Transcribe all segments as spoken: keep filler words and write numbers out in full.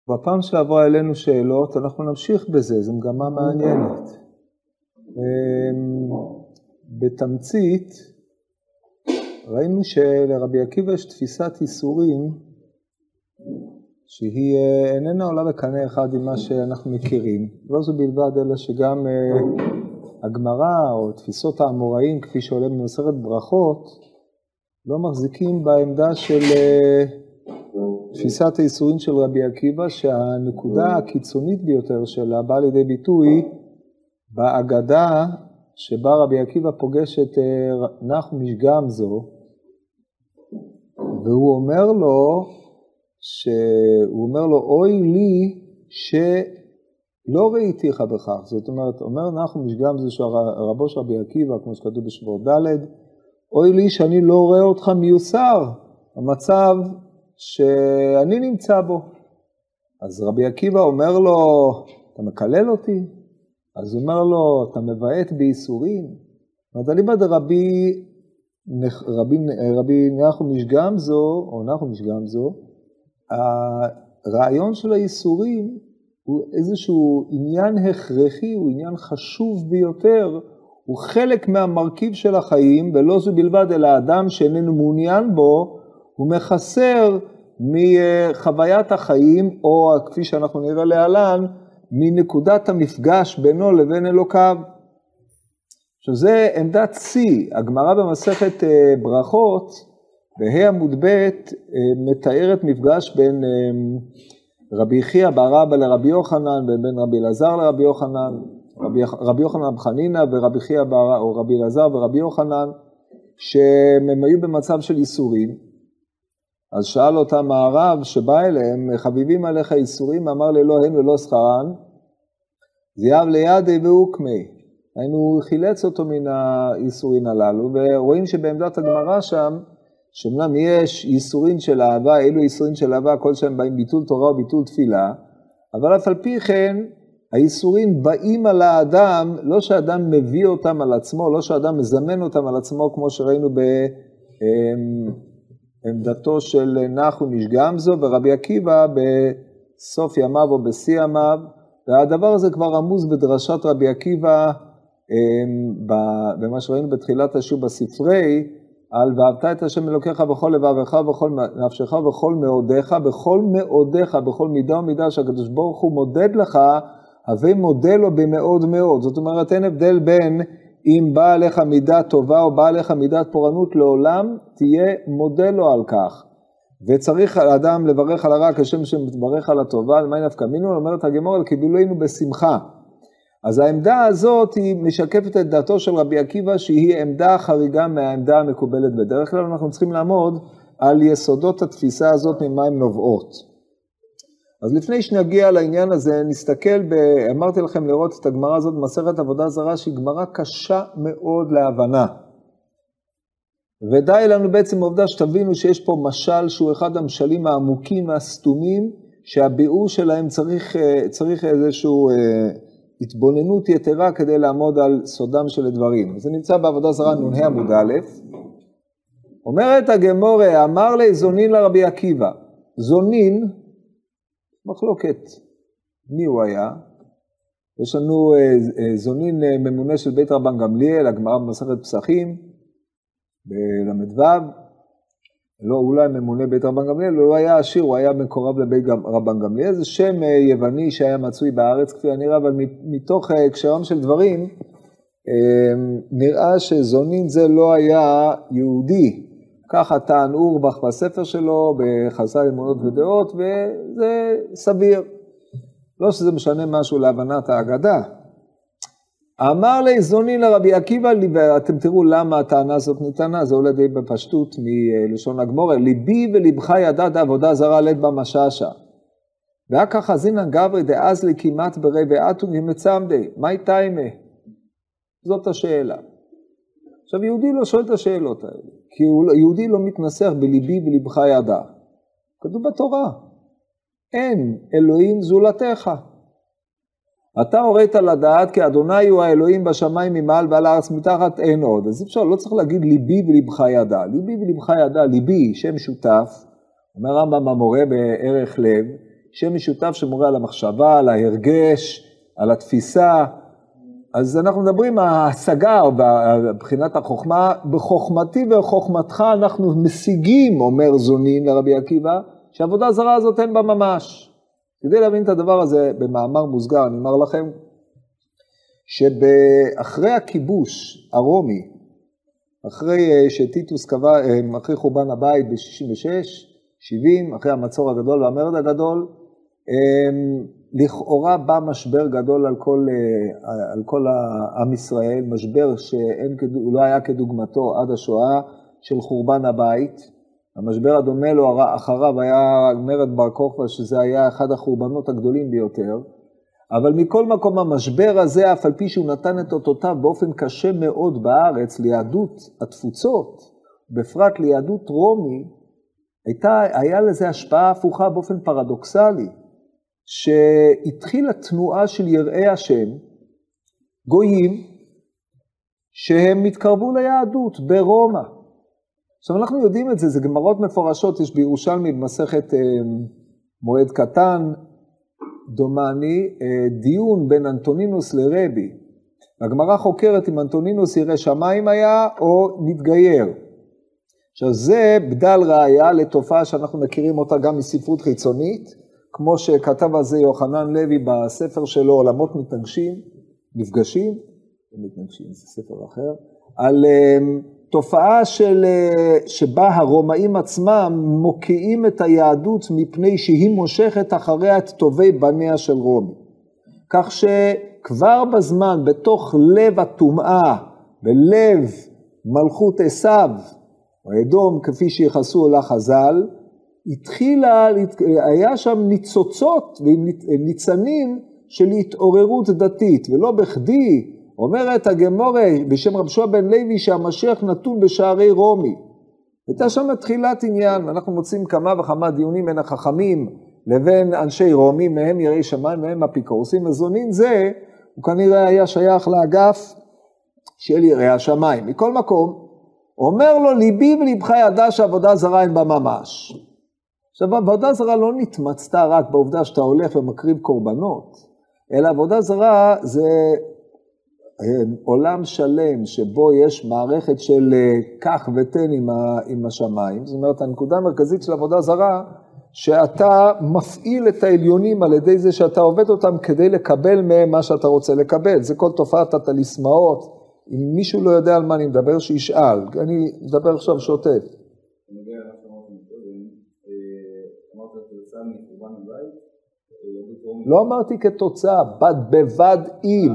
בפעם שעברה אלינו שאלות, אנחנו נמשיך בזה, זו מגמה מעניינת. בתמצית, ראינו שלרבי עקיבא יש תפיסת איסורים, שהיא איננה עולה בקנה אחד עם מה שאנחנו מכירים. לא זו בלבד, אלא שגם הגמרא או תפיסות האמוראים, כפי שעולה במסכת ברכות, לא מחזיקים בעמדה של תפיסת האיסורים של רבי עקיבא, שהנקודה הקיצונית ביותר שלה באה לידי ביטוי באגדה שבה רבי עקיבא פוגש את נחום איש גמזו, והוא אומר לו, שהוא אומר לו, אוי לי שלא ראיתיך בכך. זאת אומרת, אומר נחום איש גמזו, שהוא רבו של רבי עקיבא, כמו שכתוב בשבוע ד', אוי לי שאני לא רואה אותך מיוסר, המצב שאני נמצא בו. אז רבי עקיבא אומר לו, אתה מקלל אותי? אז הוא אומר לו, אתה מבעט בייסורים? זאת אומרת, אליבא דרבי רבי, רבי נחום איש גמזו, או נחום איש גמזו, הרעיון של הייסורים הוא איזשהו עניין הכרחי, הוא עניין חשוב ביותר, הוא חלק מהמרכיב של החיים, ולא זו בלבד, אלא האדם שאיננו מעוניין בו, הוא מחסר מחוויית החיים, או כפי שאנחנו נראה להלן, מנקודת המפגש בינו לבין אלוקיו. שזה עמדת צי. הגמרא במסכת ברכות, בה' עמוד ב' מתארת מפגש בין רבי יחיא בר אבא לרבי יוחנן, בין רבי אלעזר לרבי יוחנן, רבי, רבי יוחנן בחנינה ורבי יחיא בר, או רבי אלעזר ורבי יוחנן, שהם היו במצב של איסורים. אז שאל אותם הרב שבא אליהם, חביבים עליך איסורים? אמר לי, לא הם ולא שכרן. זיאב לידי והוקמי. היינו חילץ אותו מן האיסורים הללו, ורואים שבעמדת הגמרא שם, שאומנם יש איסורים של אהבה, אילו איסורים של אהבה, כל שהם באים ביטול תורה או ביטול תפילה, אבל אף על פי כן, האיסורים באים על האדם, לא שהאדם מביא אותם על עצמו, לא שהאדם מזמן אותם על עצמו, כמו שראינו בעמדתו של נחום איש גמזו ורבי עקיבא בסוף ימיו או בשיא ימיו, והדבר הזה כבר עמוס בדרשת רבי עקיבא, במה שראינו בתחילת השיעור בספרי, על ואהבת את השם אלוקיך בכל לבבך, בכל נפשך, בכל מאודיך, בכל מאודיך, בכל מידה ומידה שהקדוש ברוך הוא מודד לך, הווה מודה לו במאוד מאוד. זאת אומרת, אין הבדל בין אם באה עליך מידה טובה או באה עליך מידת פורענות, לעולם תהיה מודה לו על כך. וצריך האדם לברך על הרע כשם שמתברך על הטובה, למען נפקא מינו, אומרת הגמרא, על קיבולנו בשמחה. אז העמדה הזאת היא משקפת את דעתו של רבי עקיבא, שהיא עמדה חריגה מהעמדה המקובלת בדרך כלל. אנחנו צריכים לעמוד על יסודות התפיסה הזאת ממה הן נובעות. אז לפני שנגיע לעניין הזה, נסתכל, ב... אמרתי לכם לראות את הגמרא הזאת, מסכת עבודה זרה, שהיא גמרא קשה מאוד להבנה. ודי לנו בעצם עובדה שתבינו שיש פה משל שהוא אחד המשלים העמוקים והסתומים, שהביאור שלהם צריך, צריך איזשהו התבוננות יתרה כדי לעמוד על סודם של הדברים. זה נמצא בעבודה זרה נ"ה עמוד א', אומרת הגמורה, אמר לי זונין לרבי עקיבא, זונין, מחלוקת, מי הוא היה? יש לנו זונין ממונה של בית רבן גמליאל, הגמרא במסכת פסחים, בל"ו, לא, אולי ממונה בית רבן גמליאל, הוא היה עשיר, הוא היה מקורב לבית רבן גמליאל, זה שם יווני שהיה מצוי בארץ כפי הנראה, אבל מתוך הקשרם של דברים, נראה שזונין זה לא היה יהודי, ככה טען אורבך בספר שלו, בחז"ל אמונות ודעות, וזה סביר. לא שזה משנה משהו להבנת ההגדה. אמר לי זונין לרבי עקיבא, ואתם תראו למה הטענה הזאת ניתנה, זה עולה די בפשטות מלשון הגמורה, ליבי ולבך ידעת עבודה זרה לד במשאשה. והכך חזינן גברי דאז לי כמעט ברי ואתו נמצמדי, מה תיימה? זאת השאלה. עכשיו יהודי לא שואל את השאלות האלה, כי יהודי לא מתנסח בליבי ולבך ידע. כתוב בתורה, אין אלוהים זולתך. אתה הורית לדעת כי אדוני הוא האלוהים בשמיים ממעל ועל הארץ מתחת אין עוד. אז אפשר, לא צריך להגיד ליבי ולבך ידע. ליבי ולבך ידע, ליבי, שם שותף, אומר רמב"ם המורה בערך לב, שם משותף שמורה על המחשבה, על ההרגש, על התפיסה. אז אנחנו מדברים, ההשגה, בבחינת החוכמה, בחוכמתי ובחוכמתך אנחנו משיגים, אומר זונין לרבי עקיבא, שהעבודה זרה הזאת אין בה ממש. כדי להבין את הדבר הזה, במאמר מוסגר, אני אומר לכם, שאחרי הכיבוש הרומי, אחרי שטיטוס קבע, אחרי חורבן הבית ב-שישים ושש, שבעים, אחרי המצור הגדול והמרד הגדול, לכאורה בא משבר גדול על כל, על כל עם ישראל, משבר שהוא לא היה כדוגמתו עד השואה של חורבן הבית. המשבר הדומה לו אחריו היה מרד בר כוכבא, שזה היה אחד החורבנות הגדולים ביותר. אבל מכל מקום המשבר הזה, אף על פי שהוא נתן את אותותיו באופן קשה מאוד בארץ, ליהדות התפוצות, בפרט ליהדות רומי, הייתה, היה לזה השפעה הפוכה באופן פרדוקסלי, שהתחילה תנועה של יראי השם, גויים, שהם התקרבו ליהדות ברומא. עכשיו אנחנו יודעים את זה, זה גמרות מפורשות, יש בירושלמי במסכת מועד קטן, דומני, דיון בין אנטונינוס לרבי. הגמרא חוקרת אם אנטונינוס ירא שמיים היה או נתגייר. עכשיו זה בדל ראיה לתופעה שאנחנו מכירים אותה גם מספרות חיצונית, כמו שכתב על זה יוחנן לוי בספר שלו, עולמות מתנגשים, מפגשים, מתנגשים, זה ספר אחר, על תופעה של, שבה הרומאים עצמם מוקיעים את היהדות מפני שהיא מושכת אחריה את טובי בניה של רומי. כך שכבר בזמן, בתוך לב הטומאה, בלב מלכות עשיו, או אדום כפי שיחסו לה חז"ל, התחילה, היה שם ניצוצות וניצנים של התעוררות דתית, ולא בכדי, אומרת הגמורה בשם רב שועה בן לוי שהמשיח נתון בשערי רומי. הייתה שם תחילת עניין, אנחנו מוצאים כמה וכמה דיונים בין החכמים לבין אנשי רומי, מהם יראי שמיים, מהם אפיקורסים, וזונין זה, הוא כנראה היה שייך לאגף של יראי השמיים. מכל מקום, אומר לו, ליבי ולבך ידע שעבודה זרה אין בה ממש. עכשיו, עבודה זרה לא נתמצתה רק בעובדה שאתה הולך ומקריב קורבנות, אלא עבודה זרה זה עולם שלם שבו יש מערכת של כך ותן עם, ה, עם השמיים. זאת אומרת, הנקודה המרכזית של עבודה זרה, שאתה מפעיל את העליונים על ידי זה שאתה עובד אותם כדי לקבל מהם מה שאתה רוצה לקבל. זה כל תופעת התליסמאות. אם מישהו לא יודע על מה אני מדבר, שישאל. אני מדבר עכשיו שוטף. לא אמרתי כתוצאה, בד בבד עם.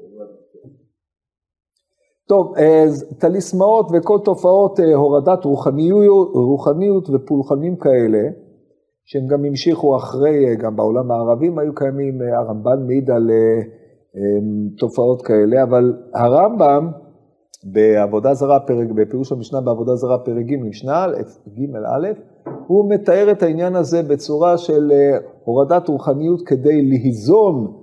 טוב, אז תליסמאות וכל תופעות הורדת רוחניות, רוחניות ופולחנים כאלה, שהם גם המשיכו אחרי, גם בעולם הערבים היו קיימים, הרמב"ן מעיד על תופעות כאלה, אבל הרמב"ם בעבודה זרה, פרק, בפירוש המשנה בעבודה זרה פרק ג' משנה ג' א', הוא מתאר את העניין הזה בצורה של הורדת רוחניות כדי להיזון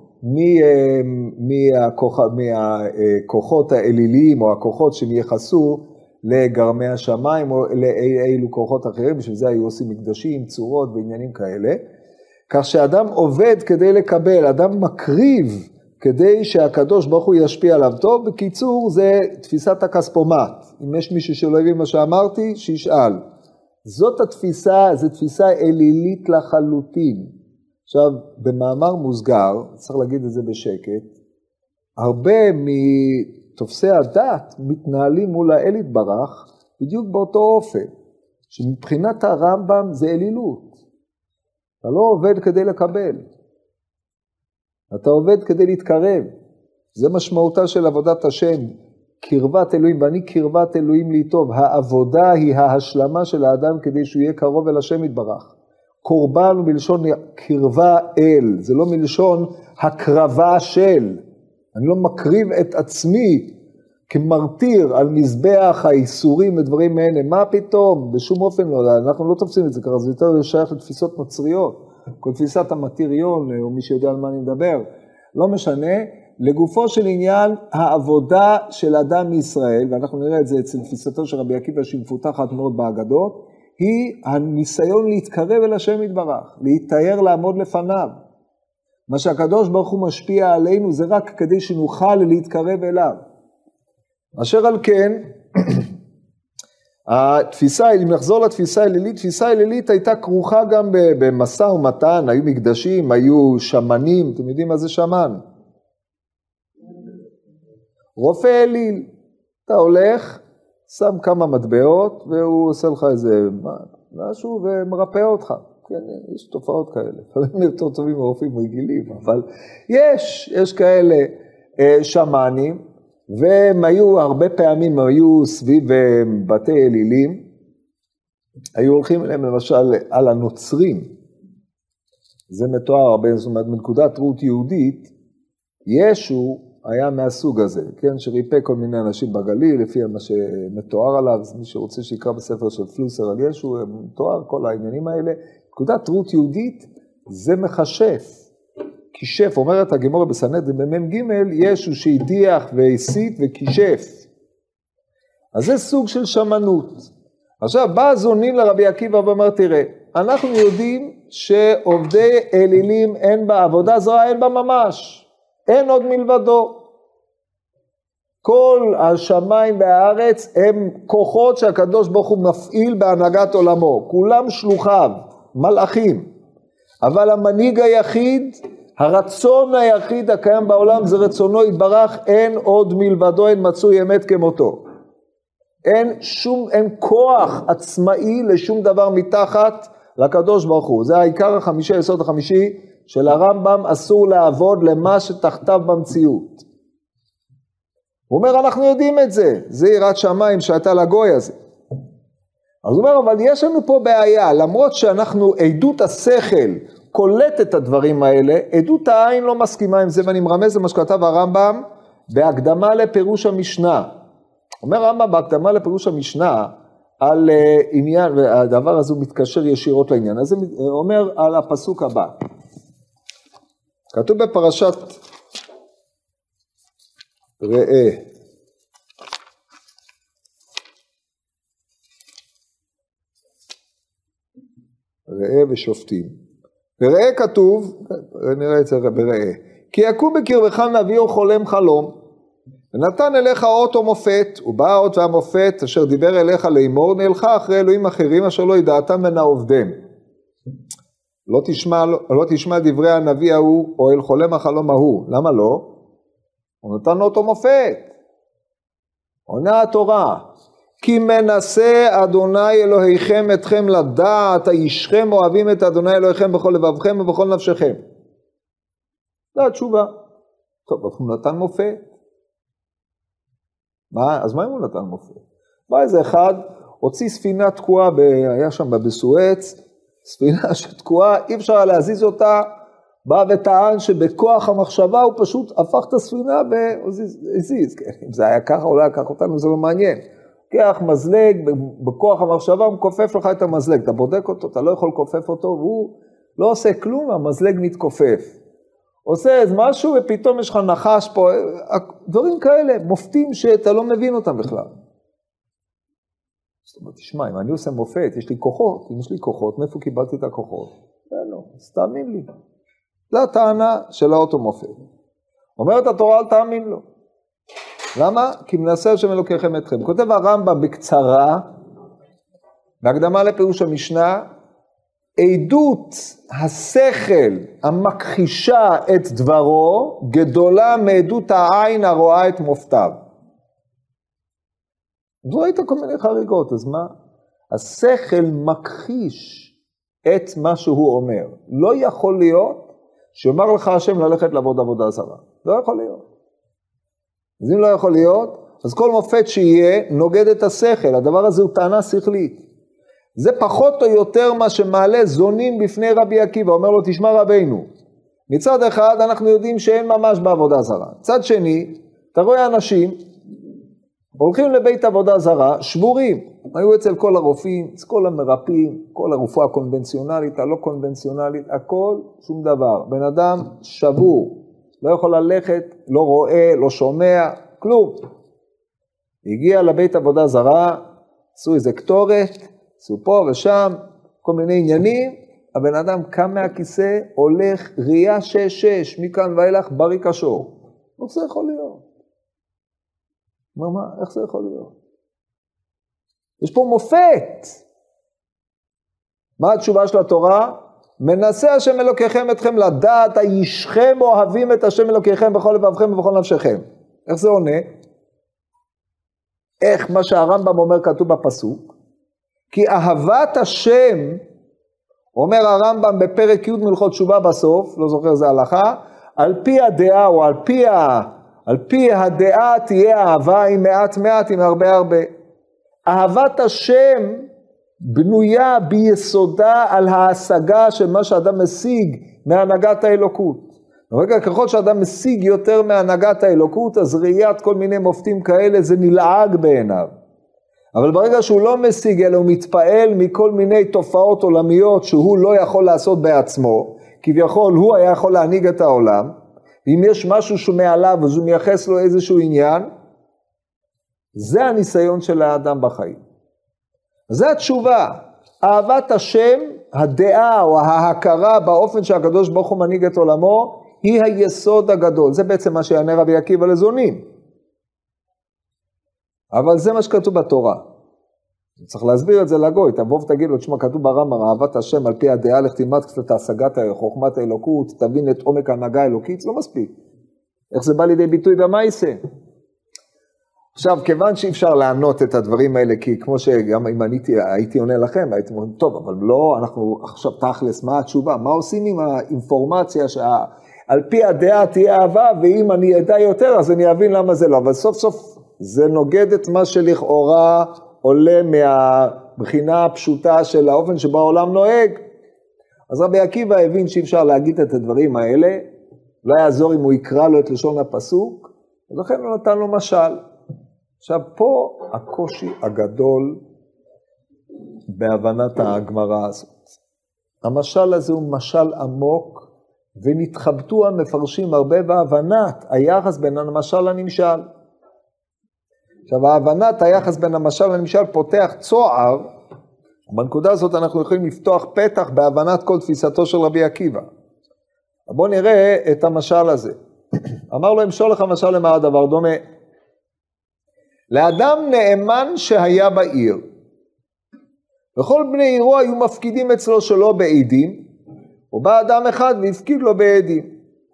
מהכוחות האליליים או הכוחות שמייחסו לגרמי השמיים או לאילו כוחות אחרים, בשביל זה היו עושים מקדשים, צורות ועניינים כאלה, כך שאדם עובד כדי לקבל, אדם מקריב כדי שהקדוש ברוך הוא ישפיע עליו טוב. בקיצור, זה תפיסת הכספומט. אם יש מישהו שלא הבין מה שאמרתי, שישאל. זאת התפיסה, זו תפיסה אלילית לחלוטין. עכשיו, במאמר מוסגר, צריך להגיד את זה בשקט, הרבה מתופסי הדת מתנהלים מול האל יתברך, בדיוק באותו אופן, שמבחינת הרמב"ם זה אלילות. אתה לא עובד כדי לקבל, אתה עובד כדי להתקרב. זה משמעותה של עבודת השם, קרבת אלוהים, ואני קרבת אלוהים לי טוב. העבודה היא ההשלמה של האדם כדי שהוא יהיה קרוב אל השם יתברך. קורבן הוא מלשון קרבה אל, זה לא מלשון הקרבה של. אני לא מקריב את עצמי כמרתיר על מזבח האיסורים ודברים מהנה. מה פתאום? בשום אופן לא, אנחנו לא תופסים את זה ככה, זה יותר שייך לתפיסות נוצריות. כל תפיסת המטריון, או מי שיודע על מה אני מדבר, לא משנה. לגופו של עניין, העבודה של אדם מישראל, ואנחנו נראה את זה אצל תפיסתו של רבי עקיבא שהיא מפותחת מאוד באגדות, היא הניסיון להתקרב אל השם יתברך, להתאר לעמוד לפניו. מה שהקדוש ברוך הוא משפיע עלינו זה רק כדי שנוכל להתקרב אליו. אשר על כן, התפיסה, אם נחזור לתפיסה אלילית, תפיסה אלילית הייתה כרוכה גם במשא ומתן, היו מקדשים, היו שמנים, אתם יודעים מה זה שמן? רופא אליל, אתה הולך, שם כמה מטבעות, והוא עושה לך איזה משהו ומרפא אותך. כן, יש תופעות כאלה, הם יותר טובים מרופאים רגילים, אבל יש, יש כאלה שמנים, והם היו, הרבה פעמים היו סביב בתי אלילים, היו הולכים אליהם למשל על הנוצרים, זה מתואר הרבה, זאת אומרת, מנקודת ראות יהודית, ישו היה מהסוג הזה, כן, שריפא כל מיני אנשים בגליל, לפי מה שמתואר עליו, מי שרוצה שיקרא בספר של פלוסר על ישו, מתואר כל העניינים האלה, נקודת ראות יהודית זה מחשף, כישף, אומרת הגמרא בסנהדרין במ"ם ג' ישו שהדיח והסית וכישף. אז זה סוג של שמנות. עכשיו בא הזונים לרבי עקיבא ואומר תראה, אנחנו יודעים שעובדי אלילים אין בה, עבודה זרה אין בה ממש, אין עוד מלבדו. כל השמיים והארץ הם כוחות שהקדוש ברוך הוא מפעיל בהנהגת עולמו, כולם שלוחיו, מלאכים. אבל המנהיג היחיד, הרצון היחיד הקיים בעולם זה רצונו יתברך, אין עוד מלבדו, אין מצוי אמת כמותו. אין שום, אין כוח עצמאי לשום דבר מתחת לקדוש ברוך הוא. זה העיקר החמישי, היסוד החמישי של הרמב"ם, אסור לעבוד למה שתחתיו במציאות. הוא אומר, אנחנו יודעים את זה, זה יראת שמיים שהייתה לגוי הזה. אז הוא אומר, אבל יש לנו פה בעיה, למרות שאנחנו, עדות השכל קולט את הדברים האלה, עדות העין לא מסכימה עם זה, ואני מרמז למה שכתב הרמב"ם, בהקדמה לפירוש המשנה. אומר הרמב"ם בהקדמה לפירוש המשנה, על uh, עניין, והדבר הזה הוא מתקשר ישירות לעניין, אז הוא אומר על הפסוק הבא. כתוב בפרשת ראה, ראה ושופטים. בראה כתוב, נראה את זה בראה, כי יקום בקרבך נביא או חולם חלום, ונתן אליך אות או מופת, ובא האות והמופת אשר דיבר אליך לאמור, נלך אחרי אלוהים אחרים אשר לא ידעתם ונעובדם. לא תשמע, לא, לא תשמע דברי הנביא ההוא, או אל חולם החלום ההוא. למה לא? הוא נתן אות או מופת. עונה התורה, כי מנסה אדוני אלוהיכם אתכם לדעת, הישכם אוהבים את אדוני אלוהיכם בכל לבבכם ובכל נפשכם. זה התשובה. טוב, הוא נתן מופת. מה? אז מה אם הוא נתן מופת? בא איזה אחד, הוציא ספינה תקועה, ב... היה שם בסואץ, ספינה שתקועה, אי אפשר להזיז אותה, בא וטען שבכוח המחשבה הוא פשוט הפך את הספינה והזיז. כן, אם זה היה ככה או לא היה ככה אותנו, זה לא מעניין. כח מזלג, בכוח המחשבה הוא מכופף לך את המזלג, אתה בודק אותו, אתה לא יכול לקופף אותו, והוא לא עושה כלום, המזלג מתכופף. עושה איזה משהו ופתאום יש לך נחש פה, דברים כאלה, מופתים שאתה לא מבין אותם בכלל. זאת אומרת, תשמע, אם אני עושה מופת, יש לי כוחות, אם יש לי כוחות, מאיפה קיבלתי את הכוחות? לא, לא, אז תאמין לי. זו הטענה של האוטו מופת. אומרת התורה, אל תאמין לו. למה? כי מנסה השם אלוקיכם אתכם. כותב הרמב"ם בקצרה, בהקדמה לפירוש המשנה, עדות השכל המכחישה את דברו, גדולה מעדות העין הרואה את מופתיו. זו הייתה כל מיני חריגות, אז מה? השכל מכחיש את מה שהוא אומר. לא יכול להיות שאומר לך השם ללכת לעבוד עבודה זרה. לא יכול להיות. אז אם לא יכול להיות, אז כל מופת שיהיה נוגד את השכל. הדבר הזה הוא טענה שכלית. זה פחות או יותר מה שמעלה זונים בפני רבי עקיבא. אומר לו, תשמע רבינו, מצד אחד אנחנו יודעים שאין ממש בעבודה זרה. מצד שני, אתה רואה אנשים, הולכים לבית עבודה זרה, שבורים. היו אצל כל הרופאים, אצל כל המרפאים, כל הרפואה הקונבנציונלית, הלא קונבנציונלית, הכל, שום דבר. בן אדם שבור, לא יכול ללכת, לא רואה, לא שומע, כלום. הגיע לבית עבודה זרה, עשו איזה קטורת, עשו פה ושם, כל מיני עניינים, הבן אדם קם מהכיסא, הולך ראייה שש שש, מכאן ואילך ברי קשור. איך זה יכול להיות? מה, מה, איך זה יכול להיות? יש פה מופת. מה התשובה של התורה? מנסה השם אלוקיכם אתכם לדעת, הישכם אוהבים את השם אלוקיכם בכל לבבכם ובכל נפשכם. איך זה עונה? איך מה שהרמב"ם אומר כתוב בפסוק? כי אהבת השם, אומר הרמב"ם בפרק י' מלכות תשובה בסוף, לא זוכר זה הלכה, על פי הדעה או על פי, ה, על פי הדעה תהיה אהבה עם מעט מעט, עם הרבה הרבה. אהבת השם בנויה ביסודה על ההשגה של מה שאדם משיג מהנהגת האלוקות. רגע, ככל שאדם משיג יותר מהנהגת האלוקות, אז ראיית כל מיני מופתים כאלה זה נלעג בעיניו. אבל ברגע שהוא לא משיג, אלא הוא מתפעל מכל מיני תופעות עולמיות שהוא לא יכול לעשות בעצמו, כביכול הוא היה יכול להנהיג את העולם, ואם יש משהו שמעליו אז הוא מייחס לו איזשהו עניין, זה הניסיון של האדם בחיים. זה התשובה, אהבת השם, הדעה או ההכרה באופן שהקדוש ברוך הוא מנהיג את עולמו, היא היסוד הגדול. זה בעצם מה שיענה רבי עקיבא לזונים. אבל זה מה שכתוב בתורה. צריך להסביר את זה לגוי, תבוא ותגיד לו, תשמע, כתוב ברמב"ם, אהבת השם על פי הדעה, לך תלמד קצת השגת חוכמת האלוקות, תבין את עומק ההנהגה האלוקית, זה לא מספיק. איך זה בא לידי ביטוי במעשה? עכשיו, כיוון שאי אפשר לענות את הדברים האלה, כי כמו שגם אם אני הייתי עונה לכם, הייתי אומר, טוב, אבל לא, אנחנו עכשיו תכלס, מה התשובה? מה עושים עם האינפורמציה שעל פי הדעה תהיה אהבה, ואם אני אדע יותר, אז אני אבין למה זה לא. אבל סוף סוף זה נוגד את מה שלכאורה עולה מהבחינה הפשוטה של האופן שבו העולם נוהג. אז רבי עקיבא הבין שאי אפשר להגיד את הדברים האלה, לא יעזור אם הוא יקרא לו את לשון הפסוק, ולכן הוא נתן לו משל. עכשיו, פה הקושי הגדול בהבנת הגמרא הזאת. המשל הזה הוא משל עמוק, ונתחבטו המפרשים הרבה בהבנת היחס בין המשל לנמשל. עכשיו, ההבנת היחס בין המשל לנמשל פותח צוהר, בנקודה הזאת אנחנו יכולים לפתוח פתח בהבנת כל תפיסתו של רבי עקיבא. בואו נראה את המשל הזה. אמר לו, אמשול לך משל למה הדבר דומה. לאדם נאמן שהיה בעיר, וכל בני עירו היו מפקידים אצלו שלא בעדים, ובא אדם אחד והפקיד לו בעדים.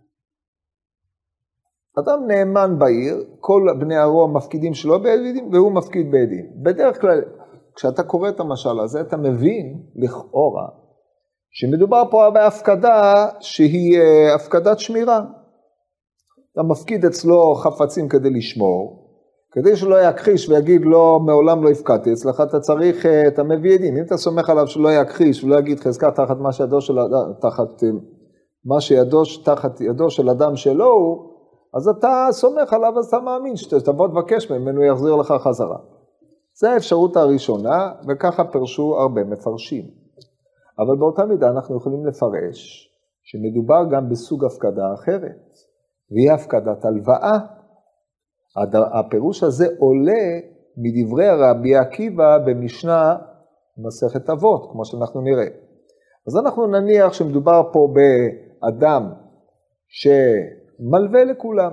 אדם נאמן בעיר, כל בני עירו מפקידים שלא בעדים, והוא מפקיד בעדים. בדרך כלל, כשאתה קורא את המשל הזה, אתה מבין לכאורה, שמדובר פה בהפקדה שהיא הפקדת שמירה. אתה מפקיד אצלו חפצים כדי לשמור, כדי שלא יכחיש ויגיד לו, מעולם לא הפקדתי אצלך, אתה צריך, אתה מביא עדים. אם אתה סומך עליו שלא יכחיש ולא יגיד חזקה תחת מה שידו של, תחת מה שידו, תחת ידו של אדם שלו הוא, אז אתה סומך עליו, אז אתה מאמין שתבוא תבקש ממנו, יחזיר לך חזרה. זו האפשרות הראשונה, וככה פרשו הרבה מפרשים. אבל באותה מידה אנחנו יכולים לפרש, שמדובר גם בסוג הפקדה אחרת, והיא הפקדת הלוואה. הפירוש הזה עולה מדברי רבי עקיבא במשנה מסכת אבות, כמו שאנחנו נראה. אז אנחנו נניח שמדובר פה באדם שמלווה לכולם.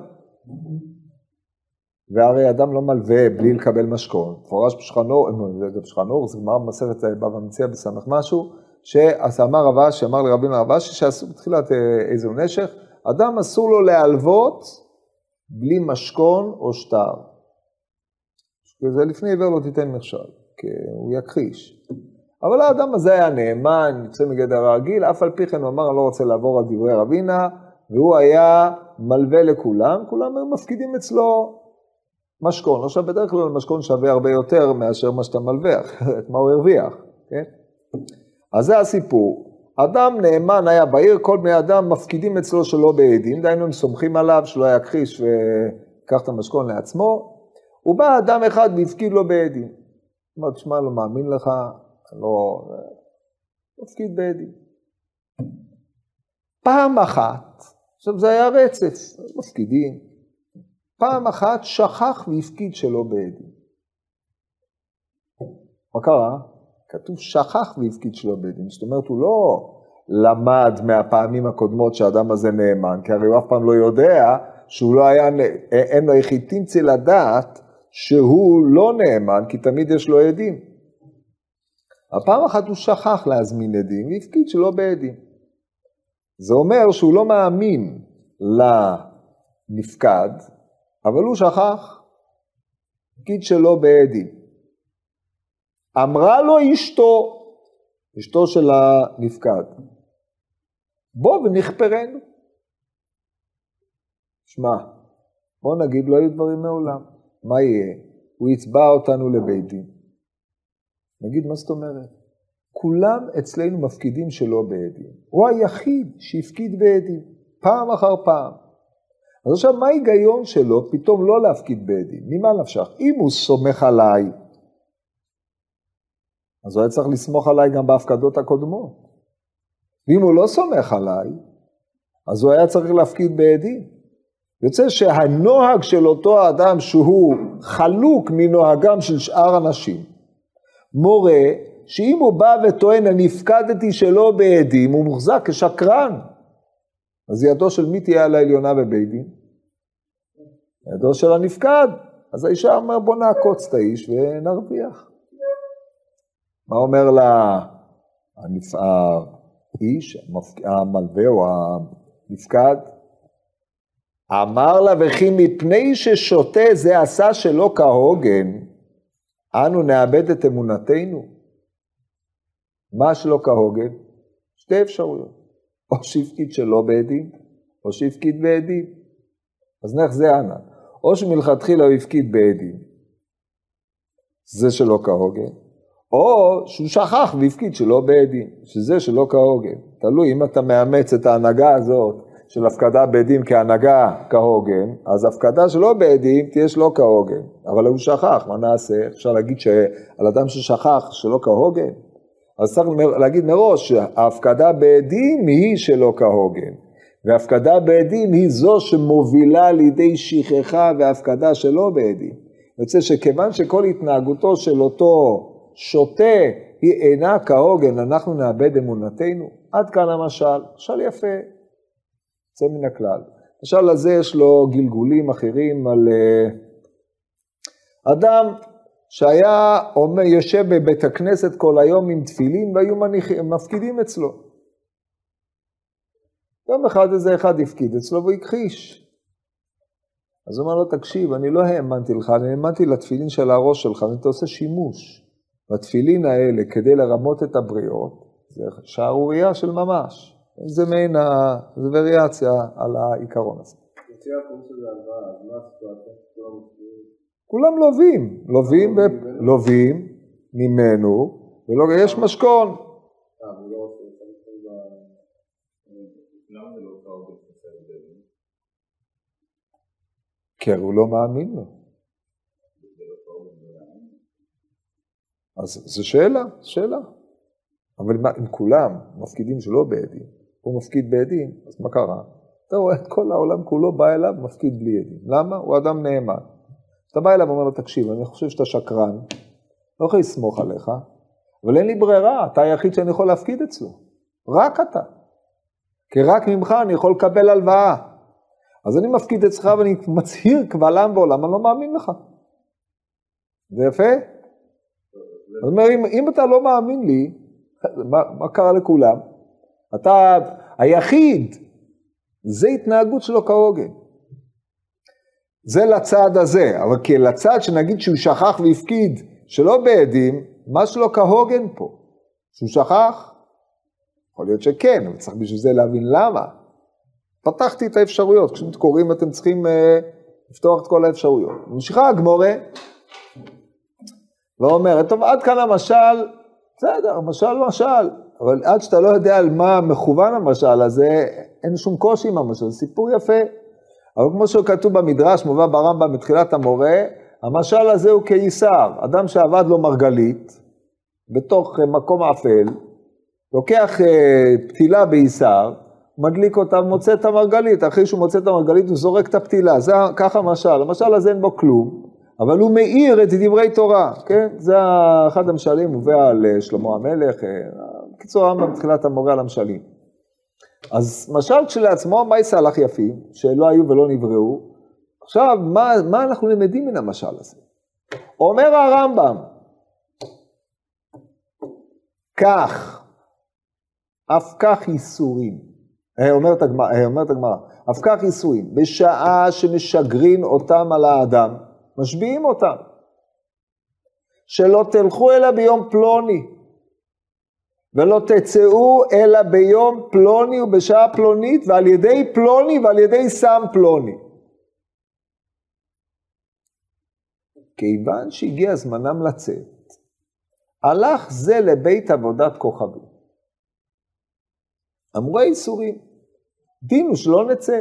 והרי אדם לא מלווה בלי לקבל משכון. פורש בשכנור, זה בשכנור, זה גמר מסכת בבא מציעא בסמך משהו, שאמר רבש, שאמר לרבינו רבש, שעשו בתחילת איזו נשך, אדם אסור לו להלוות, בלי משכון או שטר. וזה לפני עיוור לא תיתן מכשל, כי הוא יכחיש. אבל האדם הזה היה נאמן, יוצא מגדר הרגיל, אף על פי כן הוא אמר, אני לא רוצה לעבור על דברי רבינה, והוא היה מלווה לכולם, כולם היו מפקידים אצלו משכון. עכשיו בדרך כלל משכון שווה הרבה יותר מאשר מה שאתה מלווה, אחרת מה הוא הרוויח, כן? אז זה הסיפור. אדם נאמן היה בעיר, כל בני אדם מפקידים אצלו שלא בעדים, דיינו הם סומכים עליו שלא יכחיש וקח את המשכון לעצמו, ובא אדם אחד והפקיד לו בעדים. אמר, תשמע, לא מאמין לך, לא... מפקיד בעדים. פעם אחת, עכשיו זה היה רצף, מפקידים, פעם אחת שכח והפקיד שלו בעדים. מה קרה? כתוב שכח והפקיד שלא בדין, זאת אומרת הוא לא למד מהפעמים הקודמות שהאדם הזה נאמן, כי הרי הוא אף פעם לא יודע שהוא לא היה, אין לו יחיתינצי לדעת שהוא לא נאמן, כי תמיד יש לו עדים. הפעם אחת הוא שכח להזמין עדים, והפקיד שלא בעדים. זה אומר שהוא לא מאמין לנפקד, אבל הוא שכח, הפקיד שלא בעדים. אמרה לו אשתו, אשתו של הנפקד, בוא ונכפרנו. שמע, בוא נגיד, לא היו דברים מעולם. מה יהיה? הוא יצבע אותנו לבית דין. נגיד, מה זאת אומרת? כולם אצלנו מפקידים שלא בעדים. הוא היחיד שהפקיד בעדים, פעם אחר פעם. אז עכשיו, מה ההיגיון שלו פתאום לא להפקיד בעדים? ממה נפשך? אם הוא סומך עליי, אז הוא היה צריך לסמוך עליי גם בהפקדות הקודמות. ואם הוא לא סומך עליי, אז הוא היה צריך להפקיד בעדים. יוצא שהנוהג של אותו האדם שהוא חלוק מנוהגם של שאר אנשים, מורה שאם הוא בא וטוען אני הפקדתי שלא בעדים, הוא מוחזק כשקרן. אז ידו של מי תהיה על העליונה בבית דין? ידו של הנפקד. אז האישה אומר בוא נעקוץ את האיש ונרוויח. מה אומר לה האיש, המלווה או הנפקד? אמר לה וכי מפני ששותה זה עשה שלא כהוגן, אנו נאבד את אמונתנו. מה שלא כהוגן? שתי אפשרויות. או שהפקיד שלא בעדים, או שהפקיד בעדים. אז נח זה ענה. או שמלכתחילה הוא הפקיד בעדים, זה שלא כהוגן, או שהוא שכח והפקיד שלא בעדים, שזה שלא כהוגן. תלוי, אם אתה מאמץ את ההנהגה הזאת, של הפקדה בעדים כהנהגה כהוגן, אז הפקדה שלא בעדים תהיה שלא כהוגן. אבל הוא שכח, מה נעשה? אפשר להגיד שעל אדם ששכח שלא כהוגן, אז צריך להגיד מראש שההפקדה בעדים היא שלא כהוגן, וההפקדה בעדים היא זו שמובילה לידי שכחה וההפקדה שלא בעדים. יוצא שכיוון שכל התנהגותו של אותו שוטה היא אינה כהוגן, אנחנו נאבד אמונתנו. עד כאן המשל, משל יפה. זה מן הכלל. המשל הזה יש לו גלגולים אחרים על אדם שהיה יושב בבית הכנסת כל היום עם תפילין והיו מפקידים אצלו. יום אחד איזה אחד הפקיד אצלו והוא הכחיש. אז הוא אמר לו, תקשיב, אני לא האמנתי לך, אני האמנתי לתפילין של הראש שלך, ואתה עושה שימוש בתפילין האלה כדי לרמות את הבריות, זה שערורייה של ממש. זה מעין, זה וריאציה על העיקרון הזה. כולם לובים, לובים ולובים ממנו, ויש משכון. כי הוא לא מאמין לו. אז זו שאלה, שאלה. אבל אם כולם מפקידים שלא בעדים, הוא מפקיד בעדים, אז מה קרה? אתה רואה את כל העולם כולו בא אליו, מפקיד בלי עדים. למה? הוא אדם נאמן. אתה בא אליו ואומר לו, תקשיב, אני חושב שאתה שקרן, לא יכול לסמוך עליך, אבל אין לי ברירה, אתה היחיד שאני יכול להפקיד אצלו. רק אתה. כי רק ממך אני יכול לקבל הלוואה. אז אני מפקיד אצלך ואני מצהיר קבל עם ועולם, אני לא מאמין לך. זה יפה? זאת אומרת, אם, אם אתה לא מאמין לי, מה, מה קרה לכולם? אתה היחיד, זה התנהגות שלו כהוגן. זה לצד הזה, אבל כי לצד שנגיד שהוא שכח והפקיד שלא בעדים, מה שלו כהוגן פה? שהוא שכח? יכול להיות שכן, אבל צריך בשביל זה להבין למה. פתחתי את האפשרויות, כשמתקוראים אתם צריכים אה, לפתוח את כל האפשרויות. ממשיכה הגמורה, ואומרת, טוב, עד כאן המשל, בסדר, משל משל, אבל עד שאתה לא יודע על מה מכוון המשל הזה, אין שום קושי עם המשל, זה סיפור יפה. אבל כמו שכתוב במדרש, מובא ברמב"ם מתחילת המורה, המשל הזה הוא כישר, אדם שעבד לו מרגלית, בתוך מקום אפל, לוקח פתילה בישר, מדליק אותה ומוצא את המרגלית, אחרי שהוא מוצא את המרגלית הוא זורק את הפתילה, זה ככה המשל, המשל הזה אין בו כלום, אבל הוא מאיר את דברי תורה, כן? זה אחד המשלים, מובא על שלמה המלך, בקיצור הרמב"ם בתחילת המורה על המשלים. אז משל כשלעצמו, מה יעשה הלך יפים, שלא היו ולא נבראו, עכשיו, מה, מה אנחנו למדים מן המשל הזה? אומר הרמב"ם, כך, אף כך ייסורים, אומרת הגמרא, אומרת הגמרא, אף כך ייסורים, בשעה שמשגרין אותם על האדם, משביעים אותם, שלא תלכו אלא ביום פלוני, ולא תצאו אלא ביום פלוני ובשעה פלונית, ועל ידי פלוני ועל ידי סם פלוני. כיוון שהגיע זמנם לצאת, הלך זה לבית עבודת כוכבים. אמרו איסורים, דינו שלא נצא.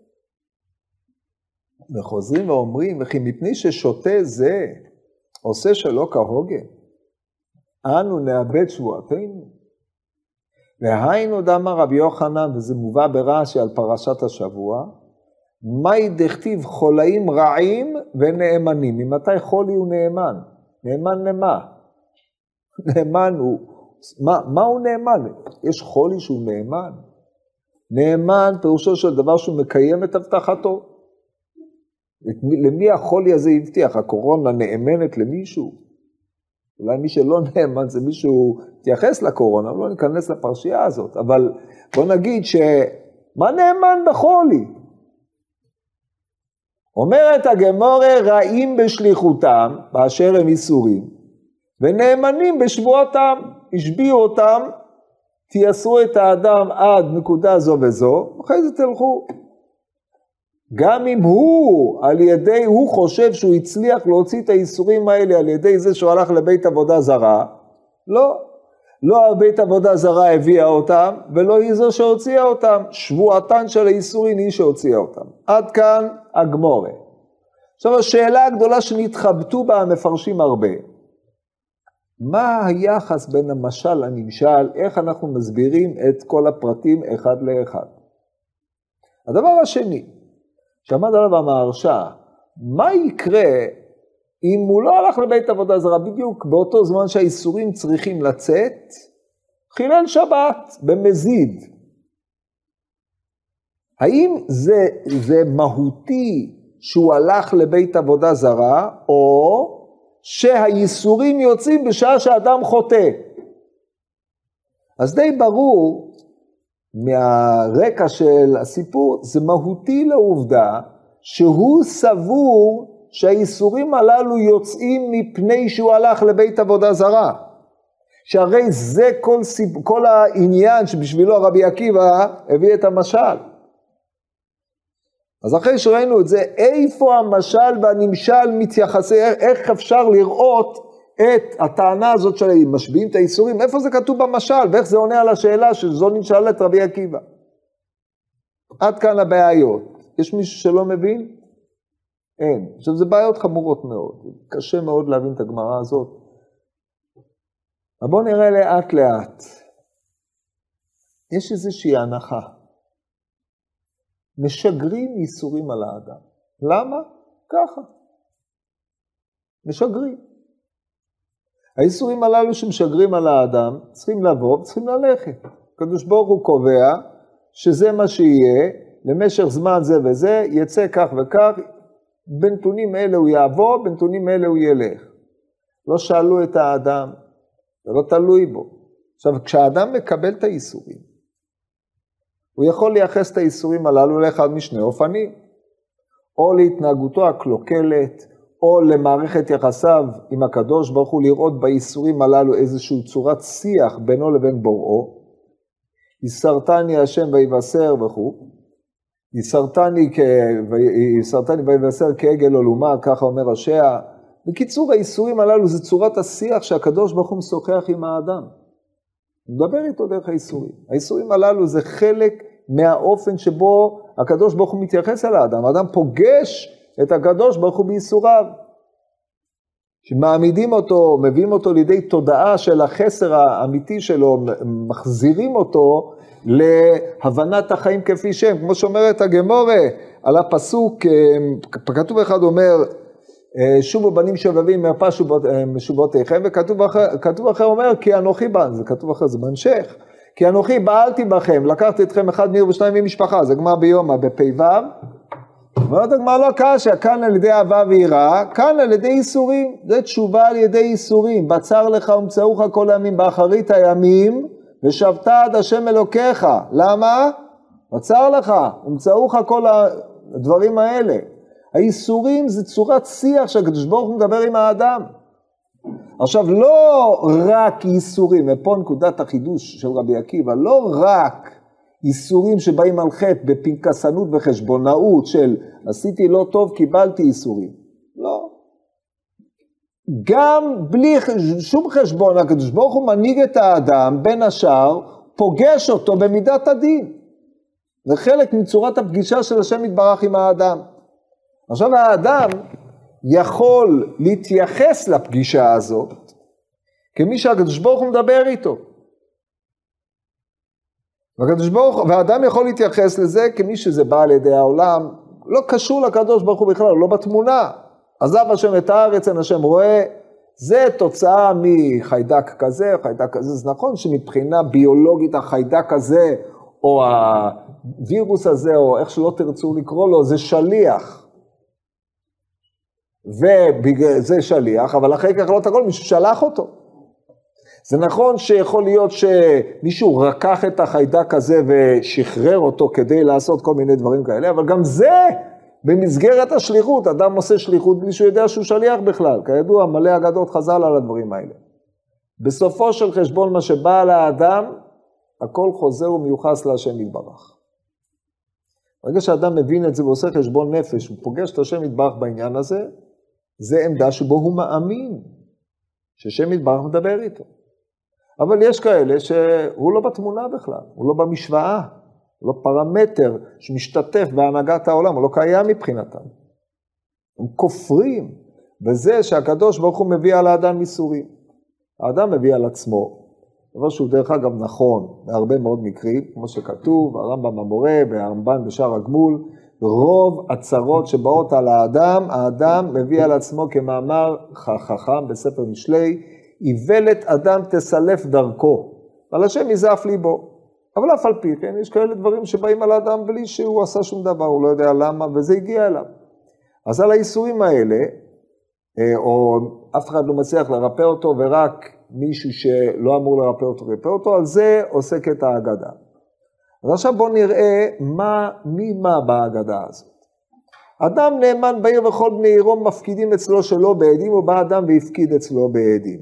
וחוזרים ואומרים, וכי מפני ששוטה זה, עושה שלא כהוגן, אנו נאבד שבועתנו. והיינו דאמר רבי יוחנן, וזה מובא ברש"י על פרשת השבוע, מהי דכתיב חולאים רעים ונאמנים. ממתי חולי הוא נאמן? נאמן למה? נאמן הוא, מה, מה הוא נאמן? יש חולי שהוא נאמן? נאמן פירושו של דבר שהוא מקיים את הבטחתו. למי החולי הזה הבטיח? הקורונה נאמנת למישהו? אולי מי שלא נאמן זה מישהו תייחס לקורונה, לא ניכנס לפרשייה הזאת, אבל בוא נגיד שמה נאמן בחולי? אומרת הגמורה, רעים בשליחותם, באשר הם איסורים, ונאמנים בשבועתם, השביעו אותם, תייסרו את האדם עד נקודה זו וזו, אחרי זה תלכו. גם אם הוא, על ידי, הוא חושב שהוא הצליח להוציא את האיסורים האלה על ידי זה שהוא הלך לבית עבודה זרה, לא, לא הבית עבודה זרה הביאה אותם, ולא היא זו שהוציאה אותם, שבועתן של האיסורים היא שהוציאה אותם. עד כאן הגמורה. עכשיו השאלה הגדולה שנתחבטו בה המפרשים הרבה, מה היחס בין המשל לנמשל, איך אנחנו מסבירים את כל הפרטים אחד לאחד. הדבר השני, שעמד עליו המהרש"א, מה יקרה אם הוא לא הלך לבית עבודה זרה בדיוק באותו זמן שהאיסורים צריכים לצאת, חילל שבת במזיד. האם זה, זה מהותי שהוא הלך לבית עבודה זרה, או שהאיסורים יוצאים בשעה שאדם חוטא? אז די ברור מהרקע של הסיפור, זה מהותי לעובדה שהוא סבור שהאיסורים הללו יוצאים מפני שהוא הלך לבית עבודה זרה. שהרי זה כל, סיפ... כל העניין שבשבילו רבי עקיבא הביא את המשל. אז אחרי שראינו את זה, איפה המשל והנמשל מתייחסי, איך אפשר לראות את הטענה הזאת של משביעים את האיסורים, איפה זה כתוב במשל, ואיך זה עונה על השאלה שזו נמשל את רבי עקיבא. עד כאן הבעיות. יש מישהו שלא מבין? אין. עכשיו זה בעיות חמורות מאוד, קשה מאוד להבין את הגמרא הזאת. אבל בואו נראה לאט לאט. יש איזושהי הנחה. משגרים איסורים על האדם. למה? ככה. משגרים. האיסורים הללו שמשגרים על האדם צריכים לבוא וצריכים ללכת. הקדוש ברוך הוא קובע שזה מה שיהיה, למשך זמן זה וזה, יצא כך וכך, בנתונים אלה הוא יעבור, בנתונים אלה הוא ילך. לא שאלו את האדם, זה לא תלוי בו. עכשיו, כשהאדם מקבל את האיסורים, הוא יכול לייחס את האיסורים הללו לאחד משני אופנים, או להתנהגותו הקלוקלת, או למערכת יחסיו עם הקדוש ברוך הוא, לראות באיסורים הללו איזושהי צורת שיח בינו לבין בוראו, יסרתני השם ויבשר וכו', יסרתני, כ... יסרתני ויבשר כעגל עלומה, ככה אומר השע. בקיצור, האיסורים הללו זה צורת השיח שהקדוש ברוך הוא משוחח עם האדם. הוא מדבר איתו דרך האיסורים. האיסורים הללו זה חלק מהאופן שבו הקדוש ברוך הוא מתייחס אל האדם. האדם פוגש את הקדוש ברוך הוא בייסוריו. שמעמידים אותו, מביאים אותו לידי תודעה של החסר האמיתי שלו, מחזירים אותו להבנת החיים כפי שהם. כמו שאומרת הגמורה על הפסוק, כתוב אחד אומר, שובו בנים שובבים מרפא משובותיכם, וכתוב אחר, כתוב אחר אומר, כי אנוכי בא, זה כתוב אחר, זה בהמשך, כי אנוכי בעלתי בכם, לקחתי אתכם אחד מעיר ושניים ממשפחה, זה גמר ביומא, בפ"ו, אומרת הגמר לא קשה, כאן על ידי אהבה ויראה, כאן על ידי איסורים, זה תשובה על ידי איסורים, בצר לך ומצאוך כל הימים, באחרית הימים, ושבת עד השם אלוקיך, למה? בצר לך ומצאוך כל הדברים האלה, האיסורים זה צורת שיח שהקדוש ברוך הוא מדבר עם האדם. עכשיו לא רק איסורים, ופה נקודת החידוש של רבי עקיבא, לא רק איסורים שבאים על חטא בפנקסנות וחשבונאות של עשיתי לא טוב, קיבלתי איסורים. לא. גם בלי שום חשבון, הקדוש ברוך הוא מנהיג את האדם, בין השאר, פוגש אותו במידת הדין. זה חלק מצורת הפגישה של השם יתברך עם האדם. עכשיו האדם יכול להתייחס לפגישה הזאת, כמי שהקדוש ברוך הוא מדבר איתו. והקדוש ברוך, והאדם יכול להתייחס לזה כמי שזה בא על ידי העולם, לא קשור לקדוש ברוך הוא בכלל, לא בתמונה. עזב השם את הארץ, אין השם רואה, זה תוצאה מחיידק כזה, חיידק כזה. זה נכון שמבחינה ביולוגית החיידק הזה, או הווירוס הזה, או איך שלא תרצו לקרוא לו, זה שליח. וזה שליח, אבל אחרי כך לא תקול, מישהו שלח אותו. זה נכון שיכול להיות שמישהו רקח את החיידק הזה ושחרר אותו כדי לעשות כל מיני דברים כאלה, אבל גם זה במסגרת השליחות, אדם עושה שליחות בלי שהוא יודע שהוא שליח בכלל, כידוע מלא אגדות חז"ל על הדברים האלה. בסופו של חשבון מה שבא על האדם, הכל חוזר ומיוחס להשם יתברך. ברגע שאדם מבין את זה ועושה חשבון נפש, הוא פוגש את השם יתברך בעניין הזה, זה עמדה שבו הוא מאמין, ששם יתברך מדבר איתו. אבל יש כאלה שהוא לא בתמונה בכלל, הוא לא במשוואה, הוא לא פרמטר שמשתתף בהנהגת העולם, הוא לא קיים מבחינתם. הם כופרים בזה שהקדוש ברוך הוא מביא על האדם איסורים. האדם מביא על עצמו, דבר שהוא דרך אגב נכון, בהרבה מאוד מקרים, כמו שכתוב, הרמב"ם המורה והרמב"ן בשער הגמול, רוב הצרות שבאות על האדם, האדם מביא על עצמו כמאמר חכם בספר משלי, איוולת אדם תסלף דרכו, על השם יזעף ליבו. אבל אף על פי כן, יש כאלה דברים שבאים על האדם בלי שהוא עשה שום דבר, הוא לא יודע למה, וזה הגיע אליו. אז על האיסורים האלה, או אף אחד לא מצליח לרפא אותו, ורק מישהו שלא אמור לרפא אותו, לרפא אותו, על זה עוסקת ההגדה. אז עכשיו בואו נראה מה, מי מה בהגדה הזאת. אדם נאמן בעיר וכל בני עירו מפקידים אצלו שלא בעדים, או בא אדם והפקיד אצלו בעדים.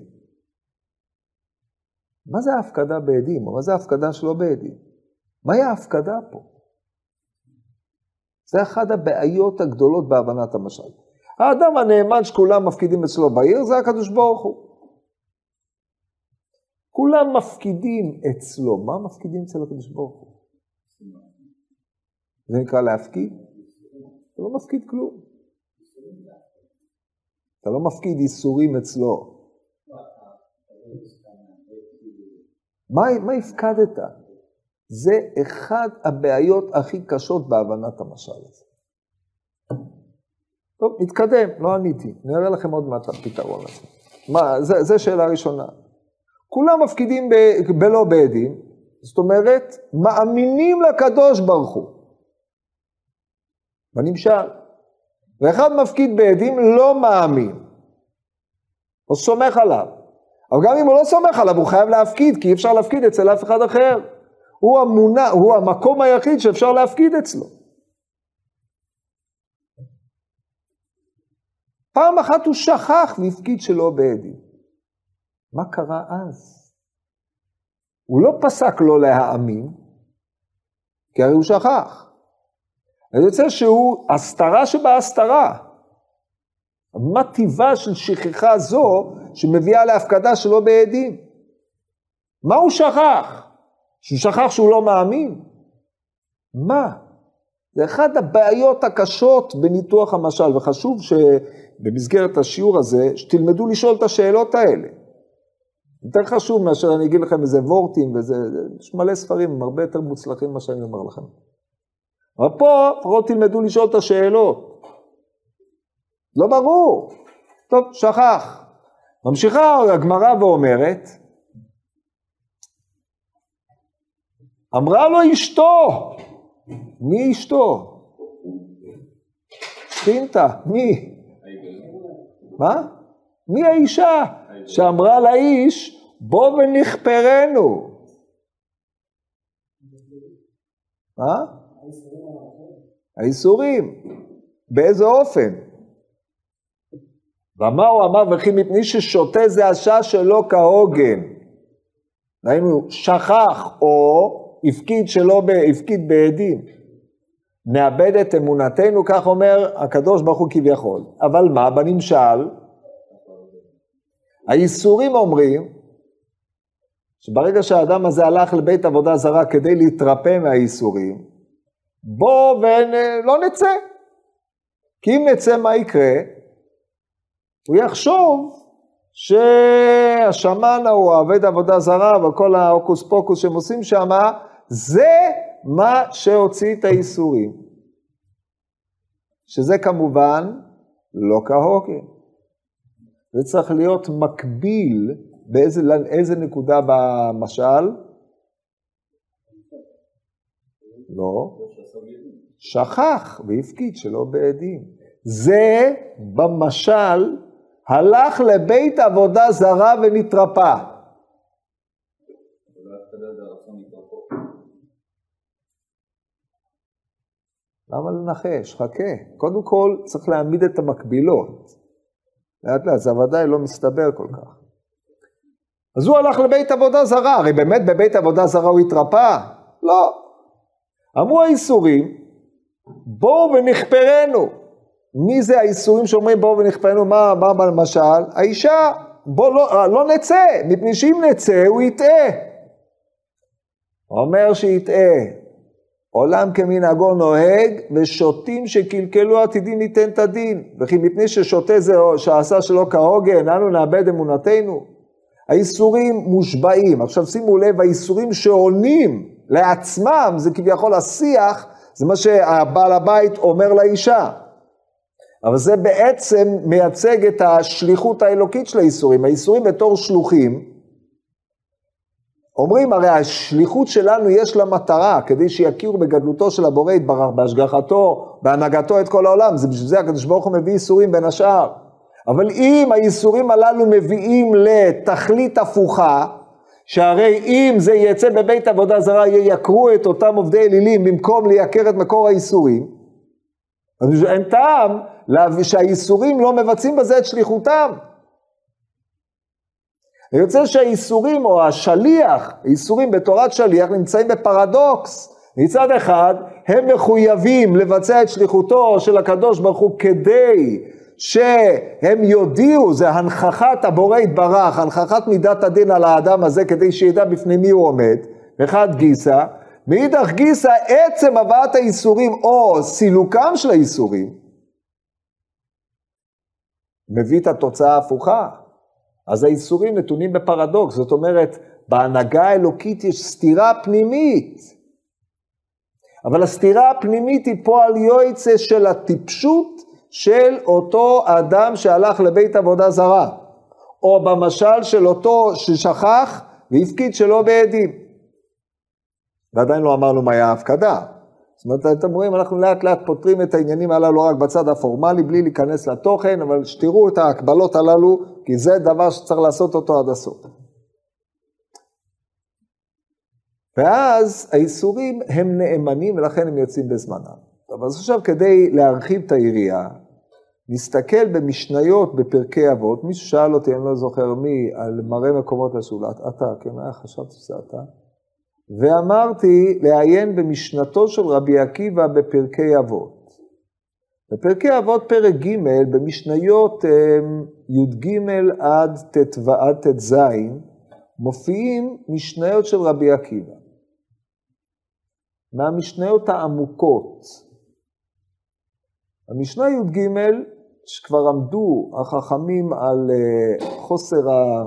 מה זה ההפקדה בעדים, או מה זה ההפקדה שלא בעדים? מהי ההפקדה פה? זה אחת הבעיות הגדולות בהבנת המשל. האדם הנאמן שכולם מפקידים אצלו בעיר, זה הקדוש ברוך הוא. כולם מפקידים אצלו. מה מפקידים אצל הקדוש ברוך הוא? זה נקרא להפקיד? אתה לא מפקיד כלום. אתה לא מפקיד איסורים אצלו. מה, מה הפקדת? זה אחד הבעיות הכי קשות בהבנת המשל הזה. טוב, נתקדם, לא עניתי. נראה לכם עוד מעט הפתרון הזה. מה, זה, זה שאלה ראשונה. כולם מפקידים ב, בלא בעדים, זאת אומרת, מאמינים לקדוש ברוך הוא. בנמשל. ואחד מפקיד בעדים לא מאמין. הוא סומך עליו. אבל גם אם הוא לא סומך עליו, הוא חייב להפקיד, כי אי אפשר להפקיד אצל אף אחד אחר. הוא המונה, הוא המקום היחיד שאפשר להפקיד אצלו. פעם אחת הוא שכח והפקיד שלו בעדים. מה קרה אז? הוא לא פסק לו להאמין, כי הרי הוא שכח. אני רוצה שהוא הסתרה שבהסתרה. מה טיבה של שכחה זו שמביאה להפקדה שלו בעדים? מה הוא שכח? שהוא שכח שהוא לא מאמין? מה? זה אחד הבעיות הקשות בניתוח המשל, וחשוב שבמסגרת השיעור הזה, שתלמדו לשאול את השאלות האלה. יותר חשוב מאשר אני אגיד לכם איזה וורטים, וזה, יש מלא ספרים, הם הרבה יותר מוצלחים מה שאני אומר לכם. אבל פה, לפחות תלמדו לשאול את השאלות. לא ברור. טוב, שכח. ממשיכה הגמרא ואומרת, אמרה לו אשתו, מי אשתו? שכינתה, מי? מה? מי האישה שאמרה לאיש, בוא ונכפרנו? מה? האיסורים. באיזה אופן? ומה הוא אמר? וכי מפני ששותה זה השעה שלא כהוגן. ראינו, שכח או הפקיד שלא הפקיד בעדים. נאבד את אמונתנו, כך אומר הקדוש ברוך הוא כביכול. אבל מה? בנמשל, האיסורים אומרים, שברגע שהאדם הזה הלך לבית עבודה זרה כדי להתרפא מהאיסורים, בוא ולא נצא. כי אם נצא מה יקרה? הוא יחשוב שהשמן הוא עובד עבודה זרה וכל האוקוס פוקוס שהם עושים שם, זה מה שהוציא את האיסורים. שזה כמובן לא כהוגן. זה צריך להיות מקביל באיזה איזה נקודה במשל? לא. שכח והפקיד שלא בעדים. זה במשל הלך לבית עבודה זרה ונתרפא. למה לנחש? חכה. קודם כל צריך להעמיד את המקבילות. לאט לאט, זה ודאי לא מסתבר כל כך. אז הוא הלך לבית עבודה זרה, הרי באמת בבית עבודה זרה הוא התרפא? לא. אמרו האיסורים, בואו ונכפרנו. מי זה האיסורים שאומרים בואו ונכפרנו? מה, מה במשל? האישה, בואו לא, לא נצא, מפני שאם נצא הוא יטעה. אומר שיטעה. עולם כמנהגו נוהג, ושותים שקלקלו עתידים ניתן את הדין. וכי מפני ששותה זה שעשה שלא כהוגן, אנו נאבד אמונתנו. האיסורים מושבעים. עכשיו שימו לב, האיסורים שעונים לעצמם, זה כביכול השיח, זה מה שהבעל הבית אומר לאישה. אבל זה בעצם מייצג את השליחות האלוקית של האיסורים. האיסורים בתור שלוחים, אומרים, הרי השליחות שלנו יש לה מטרה, כדי שיכירו בגדלותו של הבורא יתברך, בהשגחתו, בהנהגתו את כל העולם. זה בשביל זה הקדוש ברוך הוא מביא איסורים בין השאר. אבל אם האיסורים הללו מביאים לתכלית הפוכה, שהרי אם זה יצא בבית עבודה זרה, יקרו את אותם עובדי אלילים, במקום לייקר את מקור האיסורים, אז אין טעם שהאיסורים לא מבצעים בזה את שליחותם. אני רוצה שהאיסורים או השליח, האיסורים בתורת שליח נמצאים בפרדוקס. מצד אחד, הם מחויבים לבצע את שליחותו של הקדוש ברוך הוא כדי שהם יודיעו, זה הנחכת הבורא יתברך, הנחכת מידת הדין על האדם הזה כדי שידע בפני מי הוא עומד, אחד גיסא, מאידך גיסא עצם הבאת האיסורים או סילוקם של האיסורים, מביא את התוצאה ההפוכה. אז האיסורים נתונים בפרדוקס, זאת אומרת, בהנהגה האלוקית יש סתירה פנימית. אבל הסתירה הפנימית היא פועל יוצא של הטיפשות של אותו אדם שהלך לבית עבודה זרה, או במשל של אותו ששכח והפקיד שלא בעדים. ועדיין לא אמרנו מה היה ההפקדה. זאת אומרת, אתם רואים, אנחנו לאט לאט פותרים את העניינים הללו רק בצד הפורמלי, בלי להיכנס לתוכן, אבל שתראו את ההקבלות הללו, כי זה דבר שצריך לעשות אותו עד הסוף. ואז האיסורים הם נאמנים, ולכן הם יוצאים בזמנם. אבל עכשיו כדי להרחיב את היריעה, נסתכל במשניות בפרקי אבות, מישהו שאל אותי, אני לא זוכר מי, על מראה מקומות לשולת, אתה, כן, היה חשבתי שזה אתה, ואמרתי לעיין במשנתו של רבי עקיבא בפרקי אבות. בפרקי אבות פרק ג' במשניות י"ג עד ט"ז מופיעים משניות של רבי עקיבא. מהמשניות העמוקות. המשנה י"ג שכבר עמדו החכמים על חוסר ה...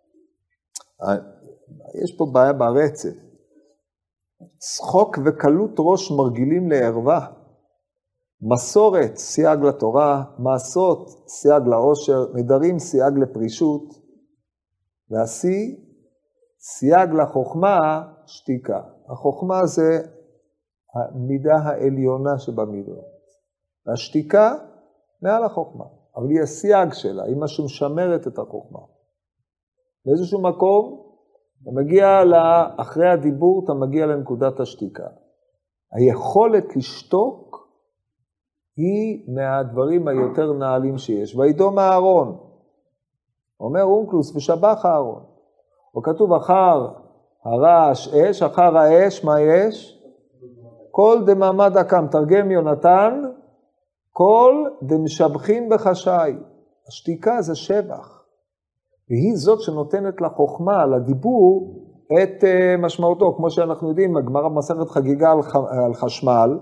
יש פה בעיה ברצף. צחוק וקלות ראש מרגילים לערווה. מסורת, סייג לתורה, מעשות, סייג לאושר, נדרים, סייג לפרישות, והשיא, סייג לחוכמה, שתיקה. החוכמה זה המידה העליונה שבמידות. והשתיקה, מעל החוכמה. אבל היא הסייג שלה, היא מה שמשמרת את החוכמה. באיזשהו מקום, אתה מגיע לה, אחרי הדיבור, אתה מגיע לנקודת השתיקה. היכולת לשתוק היא מהדברים היותר נעלים שיש. וידום הארון, אומר אונקלוס, ושבח הארון. וכתוב אחר הרעש אש, אחר האש, מה יש? כל דמעמד הקם, תרגם יונתן, כל דמשבחין בחשאי. השתיקה זה שבח. והיא זאת שנותנת לחוכמה, לדיבור, את uh, משמעותו. כמו שאנחנו יודעים, הגמרא במסכת חגיגה על, ח... על חשמל,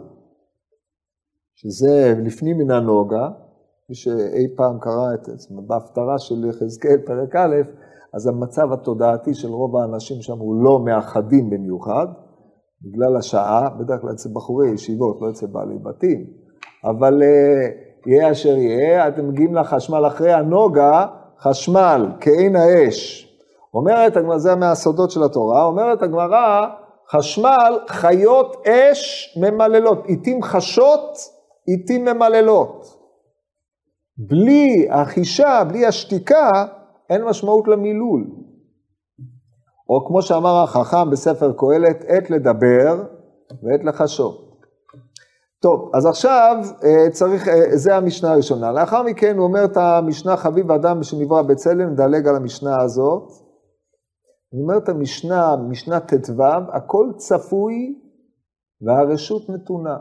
שזה לפנים מן הנוגה, מי שאי פעם קרא את זה, בהפטרה של יחזקאל פרק א', אז המצב התודעתי של רוב האנשים שם הוא לא מאחדים במיוחד, בגלל השעה, בדרך כלל אצל בחורי ישיבות, לא אצל בעלי בתים, אבל uh, יהיה אשר יהיה, אתם מגיעים לחשמל אחרי הנוגה, חשמל, כעין האש. אומרת הגמרא, זה מהסודות של התורה, אומרת הגמרא, חשמל, חיות אש ממללות, עיתים חשות, עיתים ממללות. בלי החישה, בלי השתיקה, אין משמעות למילול. או כמו שאמר החכם בספר קהלת, עת לדבר ועת לחשות. טוב, אז עכשיו צריך, זה המשנה הראשונה. לאחר מכן הוא אומר את המשנה חביב אדם שנברא בצלם, נדלג על המשנה הזאת. הוא אומר את המשנה, משנה תתו, הכל צפוי והרשות נתונה.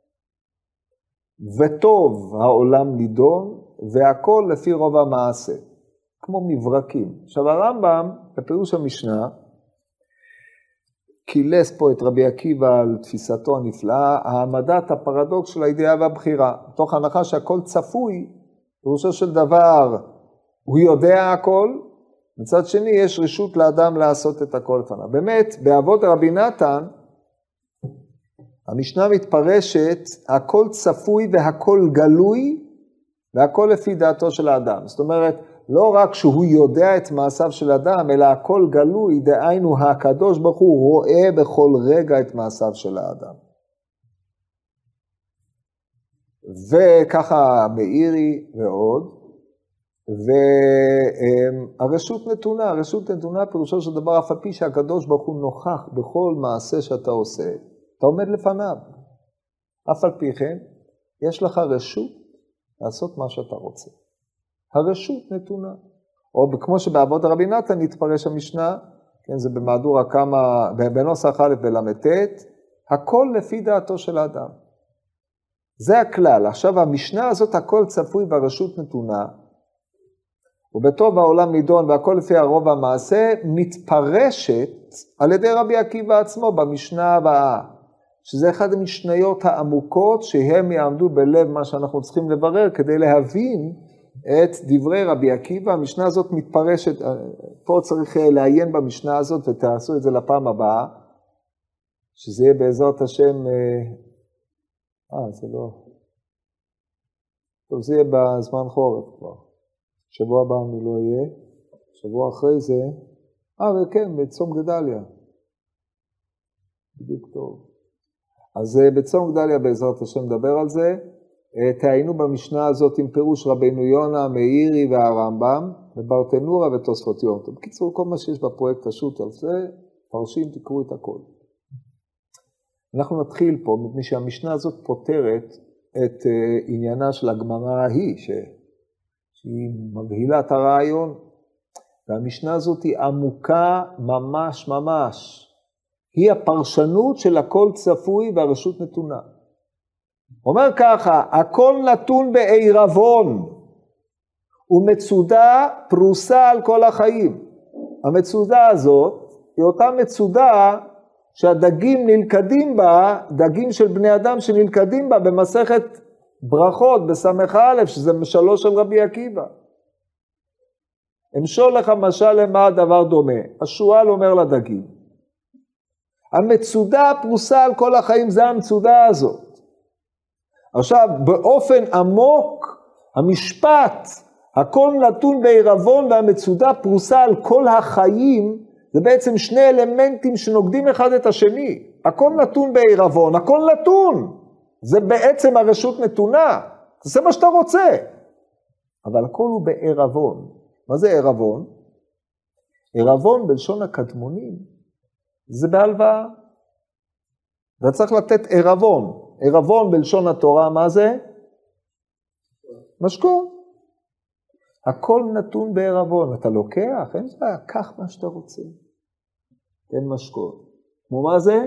וטוב העולם נידון, והכל לפי רוב המעשה. כמו מברקים. עכשיו הרמב"ם, בפירוש המשנה, קילס פה את רבי עקיבא על תפיסתו הנפלאה, העמדת הפרדוקס של הידיעה והבחירה. תוך הנחה שהכל צפוי, פירושו של דבר, הוא יודע הכל, מצד שני יש רשות לאדם לעשות את הכל לפניו. באמת, באבות רבי נתן, המשנה מתפרשת, הכל צפוי והכל גלוי, והכל לפי דעתו של האדם. זאת אומרת, לא רק שהוא יודע את מעשיו של אדם, אלא הכל גלוי, דהיינו הקדוש ברוך הוא רואה בכל רגע את מעשיו של האדם. וככה מאירי ועוד, והרשות נתונה, הרשות נתונה פירושו של דבר אף על פי שהקדוש ברוך הוא נוכח בכל מעשה שאתה עושה, אתה עומד לפניו. אף על פי כן, יש לך רשות לעשות מה שאתה רוצה. הרשות נתונה. או כמו שבאבות רבי נתן נתפרש המשנה, כן, זה במהדורה כמה, בנוסח א' בל"ט, הכל לפי דעתו של האדם. זה הכלל. עכשיו המשנה הזאת הכל צפוי והרשות נתונה, ובטוב העולם נידון והכל לפי הרוב המעשה, מתפרשת על ידי רבי עקיבא עצמו במשנה הבאה, שזה אחד המשניות העמוקות שהם יעמדו בלב מה שאנחנו צריכים לברר כדי להבין את דברי רבי עקיבא. המשנה הזאת מתפרשת, פה צריך לעיין במשנה הזאת ותעשו את זה לפעם הבאה, שזה יהיה בעזרת השם, אה זה לא, טוב זה יהיה בזמן חורף כבר, שבוע הבא אני לא אהיה, שבוע אחרי זה, אה וכן, בצום גדליה, בדיוק טוב. אז בצום גדליה בעזרת השם מדבר על זה, תעיינו במשנה הזאת עם פירוש רבינו יונה, מאירי והרמב"ם, וברטנורה ותוספות יום. בקיצור, כל מה שיש בפרויקט השו"ת על זה, פרשים, תקראו את הכל. אנחנו נתחיל פה, מפני שהמשנה הזאת פותרת את עניינה של הגמרא ההיא, שהיא מבהילה את הרעיון, והמשנה הזאת היא עמוקה ממש ממש. היא הפרשנות של הכל צפוי והרשות נתונה. אומר ככה, הכל נתון בעירבון, ומצודה פרוסה על כל החיים. המצודה הזאת היא אותה מצודה שהדגים נלכדים בה, דגים של בני אדם שנלכדים בה במסכת ברכות בסמך א', שזה משלו של רבי עקיבא. אמשול לך משל למה הדבר דומה. השועל אומר לדגים, המצודה פרוסה על כל החיים, זה המצודה הזאת. עכשיו, באופן עמוק, המשפט, הכל נתון בעירבון והמצודה פרוסה על כל החיים, זה בעצם שני אלמנטים שנוגדים אחד את השני. הכל נתון בעירבון, הכל נתון. זה בעצם הרשות נתונה. תעשה מה שאתה רוצה. אבל הכל הוא בעירבון. מה זה עירבון? עירבון בלשון הקדמונים, זה בהלוואה. אתה צריך לתת עירבון. עירבון בלשון התורה, מה זה? משכון. הכל נתון בעירבון. אתה לוקח, אין בעיה, קח מה שאתה רוצה. תן משכון. כמו מה זה?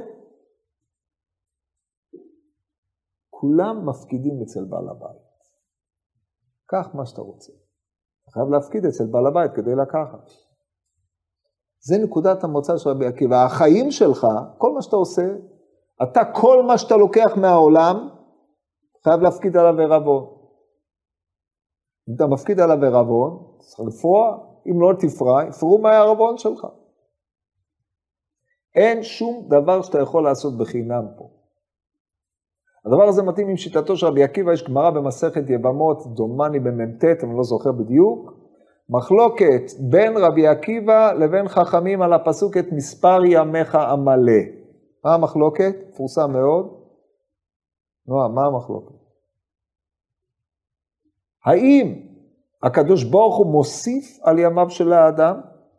כולם מפקידים אצל בעל הבית. קח מה שאתה רוצה. אתה חייב להפקיד אצל בעל הבית כדי לקחת. זה נקודת המוצא של רבי עקיבא. החיים שלך, כל מה שאתה עושה, אתה כל מה שאתה לוקח מהעולם, חייב להפקיד עליו עירבון. אם אתה מפקיד עליו עירבון, צריך לפרוע. אם לא תפרע, יפרעו מהעירבון שלך. אין שום דבר שאתה יכול לעשות בחינם פה. הדבר הזה מתאים עם שיטתו של רבי עקיבא, יש גמרא במסכת יבמות, דומני במ"ט, אני לא זוכר בדיוק, מחלוקת בין רבי עקיבא לבין חכמים על הפסוק את מספר ימיך המלא. מה המחלוקת? פורסם מאוד. נועה, מה המחלוקת? האם הקדוש ברוך הוא מוסיף על ימיו של האדם?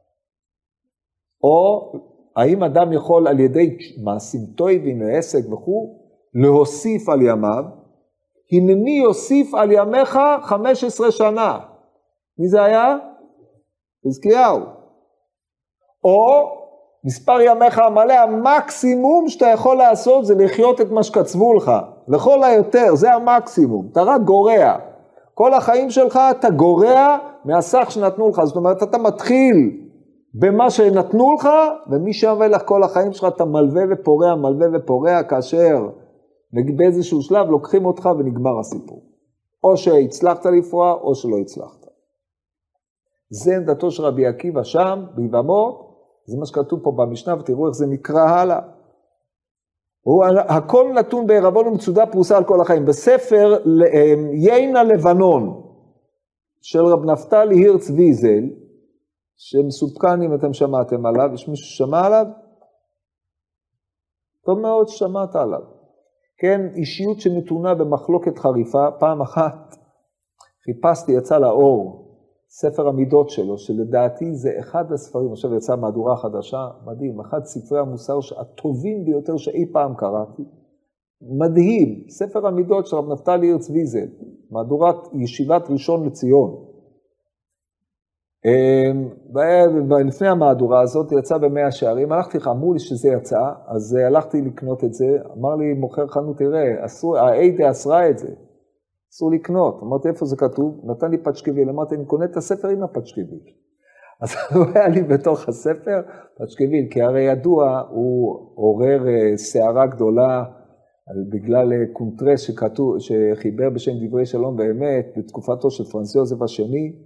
או האם אדם יכול על ידי מעשים טובים, עסק וכו', להוסיף על ימיו? הנני יוסיף על ימיך חמש עשרה שנה. מי זה היה? חזקיהו. או מספר ימיך המלא, המקסימום שאתה יכול לעשות זה לחיות את מה שקצבו לך. לכל היותר, זה המקסימום. אתה רק גורע. כל החיים שלך אתה גורע מהסך שנתנו לך. זאת אומרת, אתה מתחיל במה שנתנו לך, ומי שווה לך כל החיים שלך אתה מלווה ופורע, מלווה ופורע, כאשר באיזשהו שלב לוקחים אותך ונגמר הסיפור. או שהצלחת לפרוע, או שלא הצלחת. זה עמדתו של רבי עקיבא שם, ביבמות, זה מה שכתוב פה במשנה, ותראו איך זה נקרא הלאה. הוא, הכל נתון בעירבון ומצודה פרוסה על כל החיים. בספר יין הלבנון של רב נפתלי הירץ ויזל, שמסופקן אם אתם שמעתם עליו, יש מישהו ששמע עליו? טוב מאוד ששמעת עליו. כן, אישיות שנתונה במחלוקת חריפה, פעם אחת חיפשתי, יצא לאור, ספר המידות שלו, שלדעתי זה אחד הספרים, עכשיו יצא מהדורה חדשה, מדהים, אחד ספרי המוסר הטובים ביותר שאי פעם קראתי, מדהים, ספר המידות של רב נפתלי הירץ ויזל, מהדורת ישיבת ראשון לציון. לפני המהדורה הזאת יצא במאה שערים, הלכתי לך, אמרו לי שזה יצא, אז הלכתי לקנות את זה, אמר לי מוכר חנות, תראה, העדה אסרה את זה, אסור לקנות, אמרתי איפה זה כתוב, נתן לי פצ'קוויל, אמרתי אני קונה את הספר עם הפצ'קוויל, אז הוא היה לי בתוך הספר פצ'קוויל, כי הרי ידוע הוא עורר שערה גדולה, בגלל קונטרס שכתוב, שחיבר בשם דברי שלום באמת, בתקופתו של פרנס יוזף השני,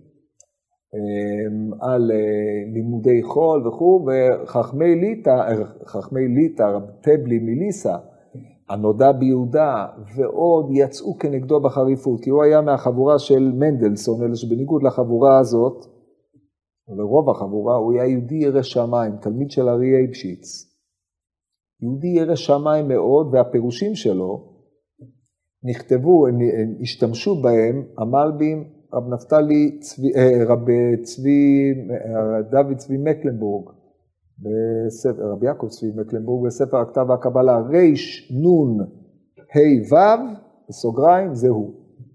על לימודי חול וכו', וחכמי ליטא, חכמי ליטא, רב טבלי מליסה, הנודע ביהודה, ועוד יצאו כנגדו בחריפות, כי הוא היה מהחבורה של מנדלסון, אלא שבניגוד לחבורה הזאת, ולרוב החבורה, הוא היה יהודי ירא שמיים, תלמיד של אריה אייבשיץ. יהודי ירא שמיים מאוד, והפירושים שלו נכתבו, השתמשו בהם, המלבים, רב נפתלי, צבי, רב צבי, דוד צבי מקלנבורג, בספר, רב יעקב צבי מקלנבורג, בספר הכתב והקבלה, ריש נון ה' ו', בסוגריים, זהו.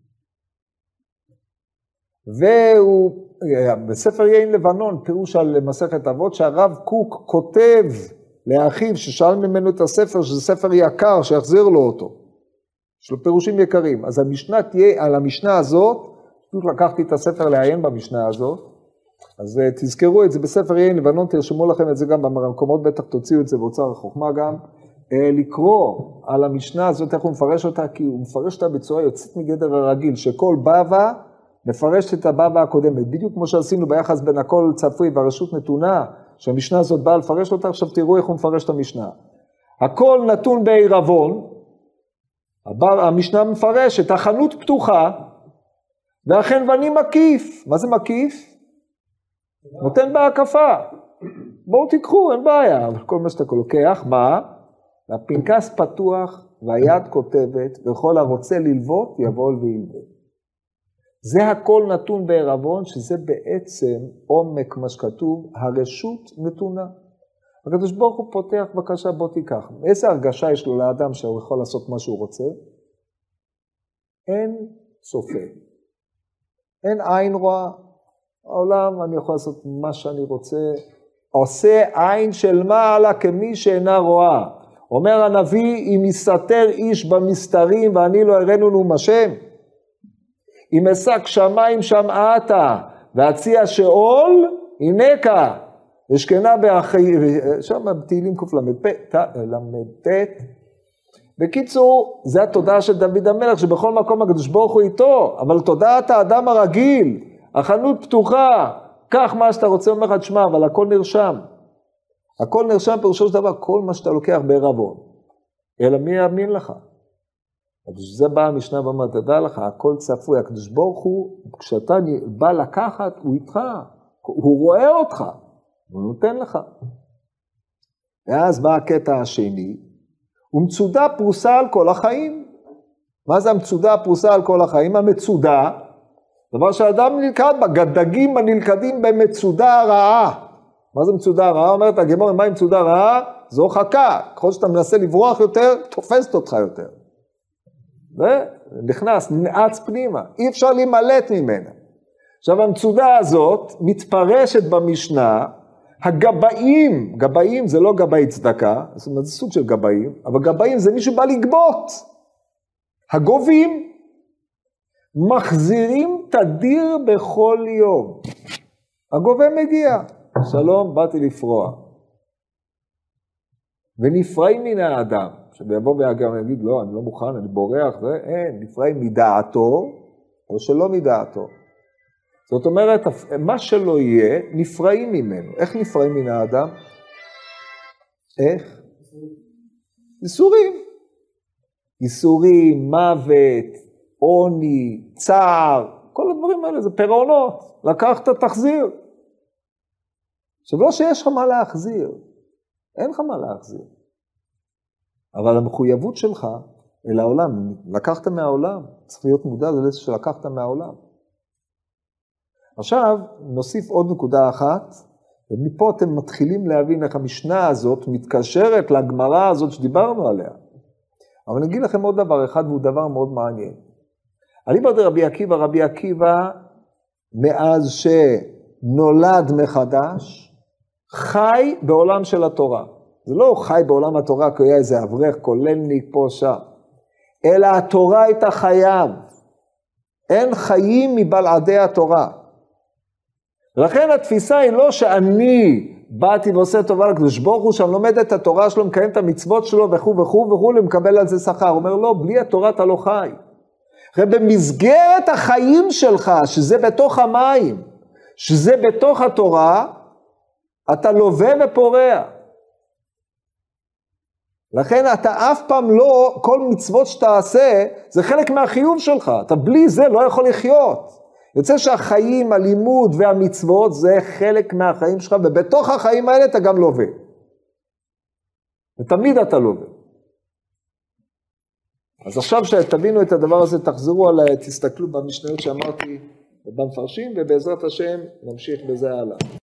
והוא, בספר יין לבנון, פירוש על מסכת אבות, שהרב קוק כותב לאחיו, ששאל ממנו את הספר, שזה ספר יקר, שיחזיר לו אותו. יש לו פירושים יקרים. אז המשנה תהיה, על המשנה הזאת, לקחתי את הספר לעיין במשנה הזאת, אז תזכרו את זה בספר יין לבנון, תרשמו לכם את זה גם במקומות, בטח תוציאו את זה באוצר החוכמה גם, לקרוא על המשנה הזאת, איך הוא מפרש אותה, כי הוא מפרש אותה בצורה יוצאת מגדר הרגיל, שכל בבא מפרשת את הבבא הקודמת, בדיוק כמו שעשינו ביחס בין הכל צפוי והרשות נתונה, שהמשנה הזאת באה לפרש אותה, עכשיו תראו איך הוא מפרש את המשנה. הכל נתון בעירבון, המשנה מפרשת, החנות פתוחה, והחנווני מקיף. מה זה מקיף? נותן בהקפה. בואו תיקחו, אין בעיה. אבל כל מה שאתה לוקח, מה? הפנקס פתוח, והיד כותבת, וכל הרוצה ללוות, יבוא וילווה. זה הכל נתון בערבון, שזה בעצם עומק מה שכתוב, הרשות נתונה. הקדוש ברוך הוא פותח, בבקשה בוא תיקח. איזה הרגשה יש לו לאדם שהוא יכול לעשות מה שהוא רוצה? אין צופה. אין עין רואה. העולם, אני יכול לעשות מה שאני רוצה. עושה עין של מעלה כמי שאינה רואה. אומר הנביא, אם יסתר איש במסתרים ואני לא הראנו נאום השם, אם אשק שמיים שמעתה והציע שאול, הנקה, השכנה באחי, שם בתהילים קוף למ"ט. בקיצור, זה התודעה של דוד המלך, שבכל מקום הקדוש ברוך הוא איתו, אבל תודעת האדם הרגיל, החנות פתוחה, קח מה שאתה רוצה, אומר לך, תשמע, אבל הכל נרשם. הכל נרשם פירושו של דבר, כל מה שאתה לוקח בערבון. אלא מי יאמין לך? זה בא המשנה ואומר, תדע לך, הכל צפוי, הקדוש ברוך הוא, כשאתה בא לקחת, הוא איתך, הוא רואה אותך, הוא נותן לך. ואז בא הקטע השני, ומצודה פרוסה על כל החיים. מה זה המצודה פרוסה על כל החיים? המצודה, דבר שאדם נלכד בה, דגים הנלכדים במצודה הרעה. מה זה מצודה הרעה? אומרת הגמרא, מה היא מצודה רעה? זו חכה, ככל שאתה מנסה לברוח יותר, תופסת אותך יותר. ונכנס, נעץ פנימה, אי אפשר להימלט ממנה. עכשיו המצודה הזאת מתפרשת במשנה, הגבאים, גבאים זה לא גבאי צדקה, זאת אומרת זה סוג של גבאים, אבל גבאים זה מישהו בא לגבות. הגובים מחזירים תדיר בכל יום. הגובה מגיע, שלום, באתי לפרוע. ונפרעים מן האדם, שביבוא והגם יגיד, לא, אני לא מוכן, אני בורח, זה, אין, נפרעים מדעתו, או שלא מדעתו. זאת אומרת, מה שלא יהיה, נפרעים ממנו. איך נפרעים מן האדם? איך? ייסורים. ייסורים, מוות, עוני, צער, כל הדברים האלה, זה פירעונות. לקחת, תחזיר. עכשיו, לא שיש לך מה להחזיר. אין לך מה להחזיר. אבל המחויבות שלך אל העולם, לקחת מהעולם, צריך להיות מודע לזה שלקחת מהעולם. עכשיו נוסיף עוד נקודה אחת, ומפה אתם מתחילים להבין איך המשנה הזאת מתקשרת לגמרא הזאת שדיברנו עליה. אבל אני אגיד לכם עוד דבר אחד, והוא דבר מאוד מעניין. אליבא דרבי עקיבא, רבי עקיבא, מאז שנולד מחדש, חי בעולם של התורה. זה לא חי בעולם התורה כי היה איזה אברך, כוללניק פה שם, אלא התורה הייתה חייו. אין חיים מבלעדי התורה. לכן התפיסה היא לא שאני באתי ועושה טובה לקדוש ברוך הוא, שם לומד את התורה שלו, מקיים את המצוות שלו וכו' וכו' וכו', למקבל על זה שכר. הוא אומר לא, בלי התורה אתה לא חי. ובמסגרת החיים שלך, שזה בתוך המים, שזה בתוך התורה, אתה לווה ופורע. לכן אתה אף פעם לא, כל מצוות שאתה עושה, זה חלק מהחיוב שלך. אתה בלי זה לא יכול לחיות. יוצא שהחיים, הלימוד והמצוות, זה חלק מהחיים שלך, ובתוך החיים האלה אתה גם לווה. ותמיד אתה לווה. אז עכשיו שתבינו את הדבר הזה, תחזרו עליי, תסתכלו במשניות שאמרתי, במפרשים, ובעזרת השם נמשיך בזה הלאה.